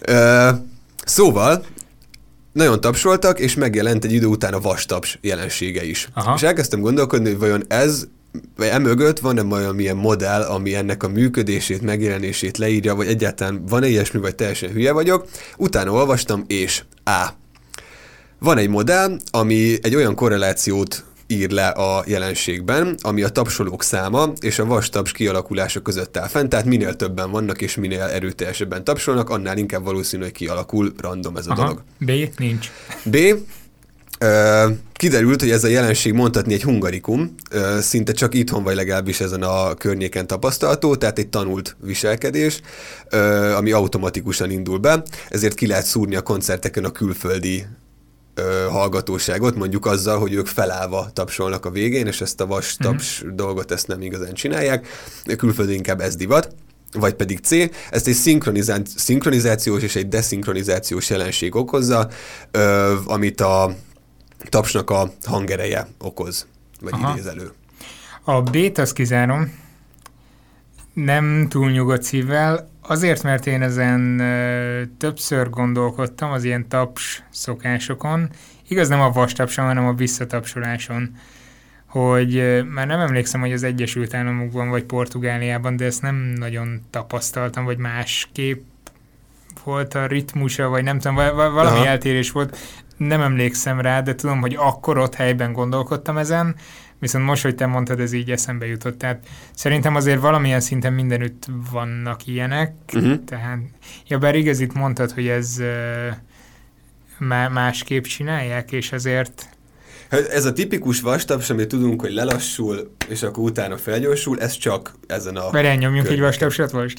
[SPEAKER 3] Szóval nagyon tapsoltak, és megjelent egy idő után a vastaps jelensége is. Aha. És elkezdtem gondolkodni, hogy vajon ez, vagy emögött van-e valamilyen modell, ami ennek a működését, megjelenését leírja, vagy egyáltalán van-e ilyesmi, vagy teljesen hülye vagyok. Utána olvastam, és van egy modell, ami egy olyan korrelációt ír le a jelenségben, ami a tapsolók száma és a vastaps kialakulása között áll fenn, tehát minél többen vannak és minél erőteljesebben tapsolnak, annál inkább valószínű, hogy kialakul random ez a dolog.
[SPEAKER 1] B. Nincs.
[SPEAKER 3] B. Kiderült, hogy ez a jelenség mondhatni egy hungarikum, szinte csak itthon vagy legalábbis ezen a környéken tapasztalható, tehát egy tanult viselkedés, ami automatikusan indul be, ezért ki lehet szúrni a koncerteken a külföldi hallgatóságot, mondjuk azzal, hogy ők felállva tapsolnak a végén, és ezt a vastaps dolgot ezt nem igazán csinálják. Külföldön inkább ez divat. Vagy pedig C, ezt egy szinkronizációs és egy deszinkronizációs jelenség okozza, amit a tapsnak a hangereje okoz, vagy idéz elő.
[SPEAKER 1] A B-t azt kizárom, nem túl nyugodt szívvel, azért, mert én ezen többször gondolkodtam az ilyen taps szokásokon, igaz nem a vastapson, hanem a visszatapsoláson, hogy már nem emlékszem, hogy az Egyesült Államokban vagy Portugáliában, de ezt nem nagyon tapasztaltam, vagy másképp volt a ritmusa, vagy nem tudom, valami eltérés volt, nem emlékszem rá, de tudom, hogy akkor ott helyben gondolkodtam ezen, viszont most, hogy te mondtad, ez így eszembe jutott. Tehát szerintem azért valamilyen szinten mindenütt vannak ilyenek, tehát, bár igaz, itt mondtad, hogy ez másképp csinálják, és azért...
[SPEAKER 3] Ez a tipikus vastaps, amit tudunk, hogy lelassul, és akkor utána felgyorsul, ez csak ezen a...
[SPEAKER 1] Mert elnyomjunk egy vastapsot most?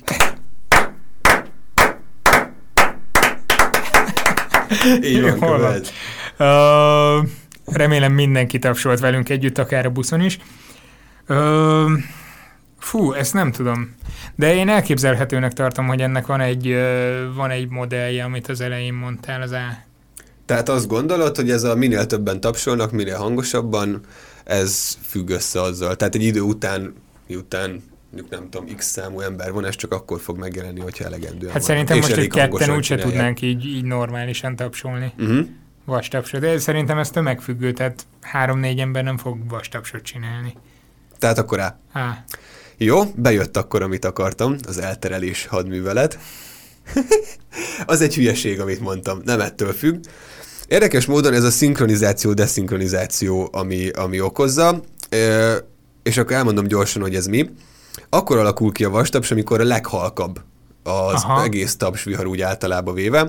[SPEAKER 3] Így van, követ.
[SPEAKER 1] Remélem mindenki tapsolt velünk együtt, akár a buszon is. Ezt nem tudom. De én elképzelhetőnek tartom, hogy ennek van egy modellje, amit az elején mondtál, az A.
[SPEAKER 3] Tehát azt gondolod, hogy ez a minél többen tapsolnak, minél hangosabban, ez függ össze azzal. Tehát egy idő után, miután nem tudom, x számú ember van, ez csak akkor fog megjelenni, hogyha elegendően
[SPEAKER 1] Hát szerintem most egy ketten úgyse tudnánk így normálisan tapsolni. Vastapsot. De szerintem ez tömegfüggő, tehát 3-4 ember nem fog vastapsot csinálni.
[SPEAKER 3] Tehát akkor A. Jó, bejött akkor, amit akartam, az elterelés hadművelet. Az egy hülyeség, amit mondtam, nem ettől függ. Érdekes módon ez a szinkronizáció-deszinkronizáció, ami okozza, és akkor elmondom gyorsan, hogy ez mi. Akkor alakul ki a vastaps, amikor a leghalkabb az egész tapsvihar úgy általában véve.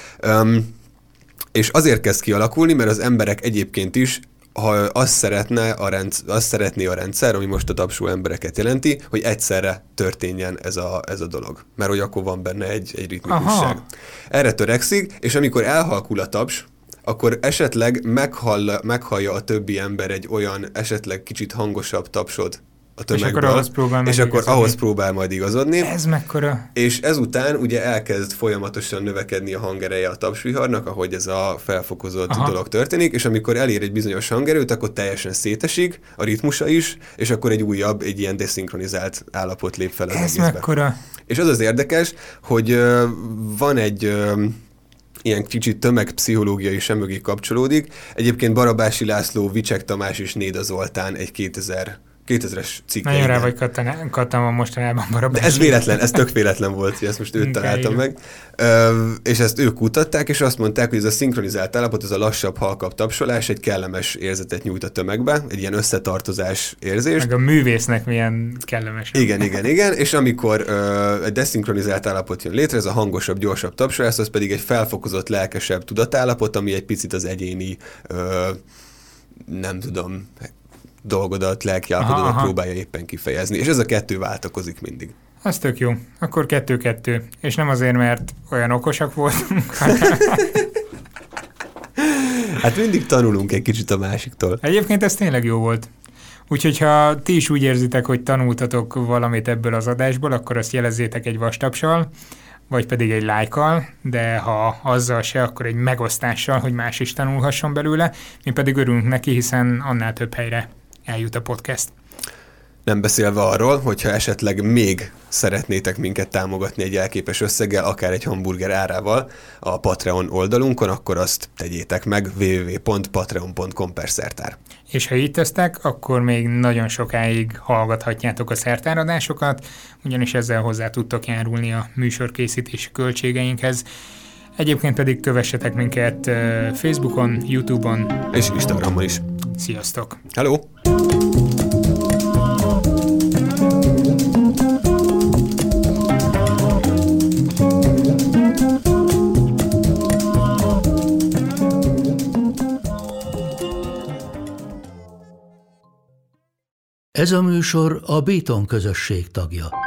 [SPEAKER 3] És azért kezd kialakulni, mert az emberek egyébként is, ha azt szeretné a rendszer, ami most a tapsú embereket jelenti, hogy egyszerre történjen ez a dolog. Mert hogy akkor van benne egy ritmikusság. Erre törekszik, és amikor elhalkul a taps, akkor esetleg meghallja a többi ember egy olyan esetleg kicsit hangosabb tapsot a tömegből, és akkor ahhoz próbál majd igazodni.
[SPEAKER 1] Ez mekkora?
[SPEAKER 3] És ezután ugye elkezd folyamatosan növekedni a hangereje a tapsviharnak, ahogy ez a felfokozott dolog történik, és amikor elér egy bizonyos hangerőt, akkor teljesen szétesik, a ritmusa is, és akkor egy ilyen deszinkronizált állapot lép fel az egészbe.
[SPEAKER 1] Ez mekkora?
[SPEAKER 3] És az érdekes, hogy van egy... ilyen kicsit tömegpszichológia is emögé kapcsolódik. Egyébként Barabási László, Vicsek Tamás és Néda Zoltán egy 2000-es cikke.
[SPEAKER 1] Nagyon rá vagy kattam mostanában Barabási.
[SPEAKER 3] De ez véletlen, ez tök véletlen volt, hogy ezt most őt találtam meg. És ezt ők kutatták, és azt mondták, hogy ez a szinkronizált állapot, ez a lassabb, halkabb tapsolás egy kellemes érzetet nyújt a tömegbe, egy ilyen összetartozás érzés.
[SPEAKER 1] Meg a művésznek milyen kellemes.
[SPEAKER 3] Igen. És amikor egy deszinkronizált állapot jön létre, ez a hangosabb, gyorsabb tapsolás, az pedig egy felfokozott, lelkesebb tudatállapot, ami egy picit az egyéni, nem tudom, dolgodat, lelkiállapotodat próbálja éppen kifejezni. És ez a kettő váltakozik mindig.
[SPEAKER 1] Az tök jó. Akkor 2-2. És nem azért, mert olyan okosak voltunk.
[SPEAKER 3] Hát mindig tanulunk egy kicsit a másiktól.
[SPEAKER 1] Egyébként ez tényleg jó volt. Úgyhogy ha ti is úgy érzitek, hogy tanultatok valamit ebből az adásból, akkor azt jelezzétek egy vastapssal, vagy pedig egy lájkkal, de ha azzal se, akkor egy megosztással, hogy más is tanulhasson belőle. Mi pedig örülünk neki, hiszen annál több helyre eljut a podcast.
[SPEAKER 3] Nem beszélve arról, hogyha esetleg még szeretnétek minket támogatni egy elképes összeggel, akár egy hamburger árával a Patreon oldalunkon, akkor azt tegyétek meg www.patreon.com/szertár.
[SPEAKER 1] És ha így tesztek, akkor még nagyon sokáig hallgathatjátok a szertáradásokat, ugyanis ezzel hozzá tudtok járulni a műsorkészítési költségeinkhez. Egyébként pedig kövessetek minket Facebookon, YouTube-on
[SPEAKER 3] és Instagramon is.
[SPEAKER 1] Sziasztok!
[SPEAKER 3] Hello!
[SPEAKER 4] Ez a műsor a Béton közösség tagja.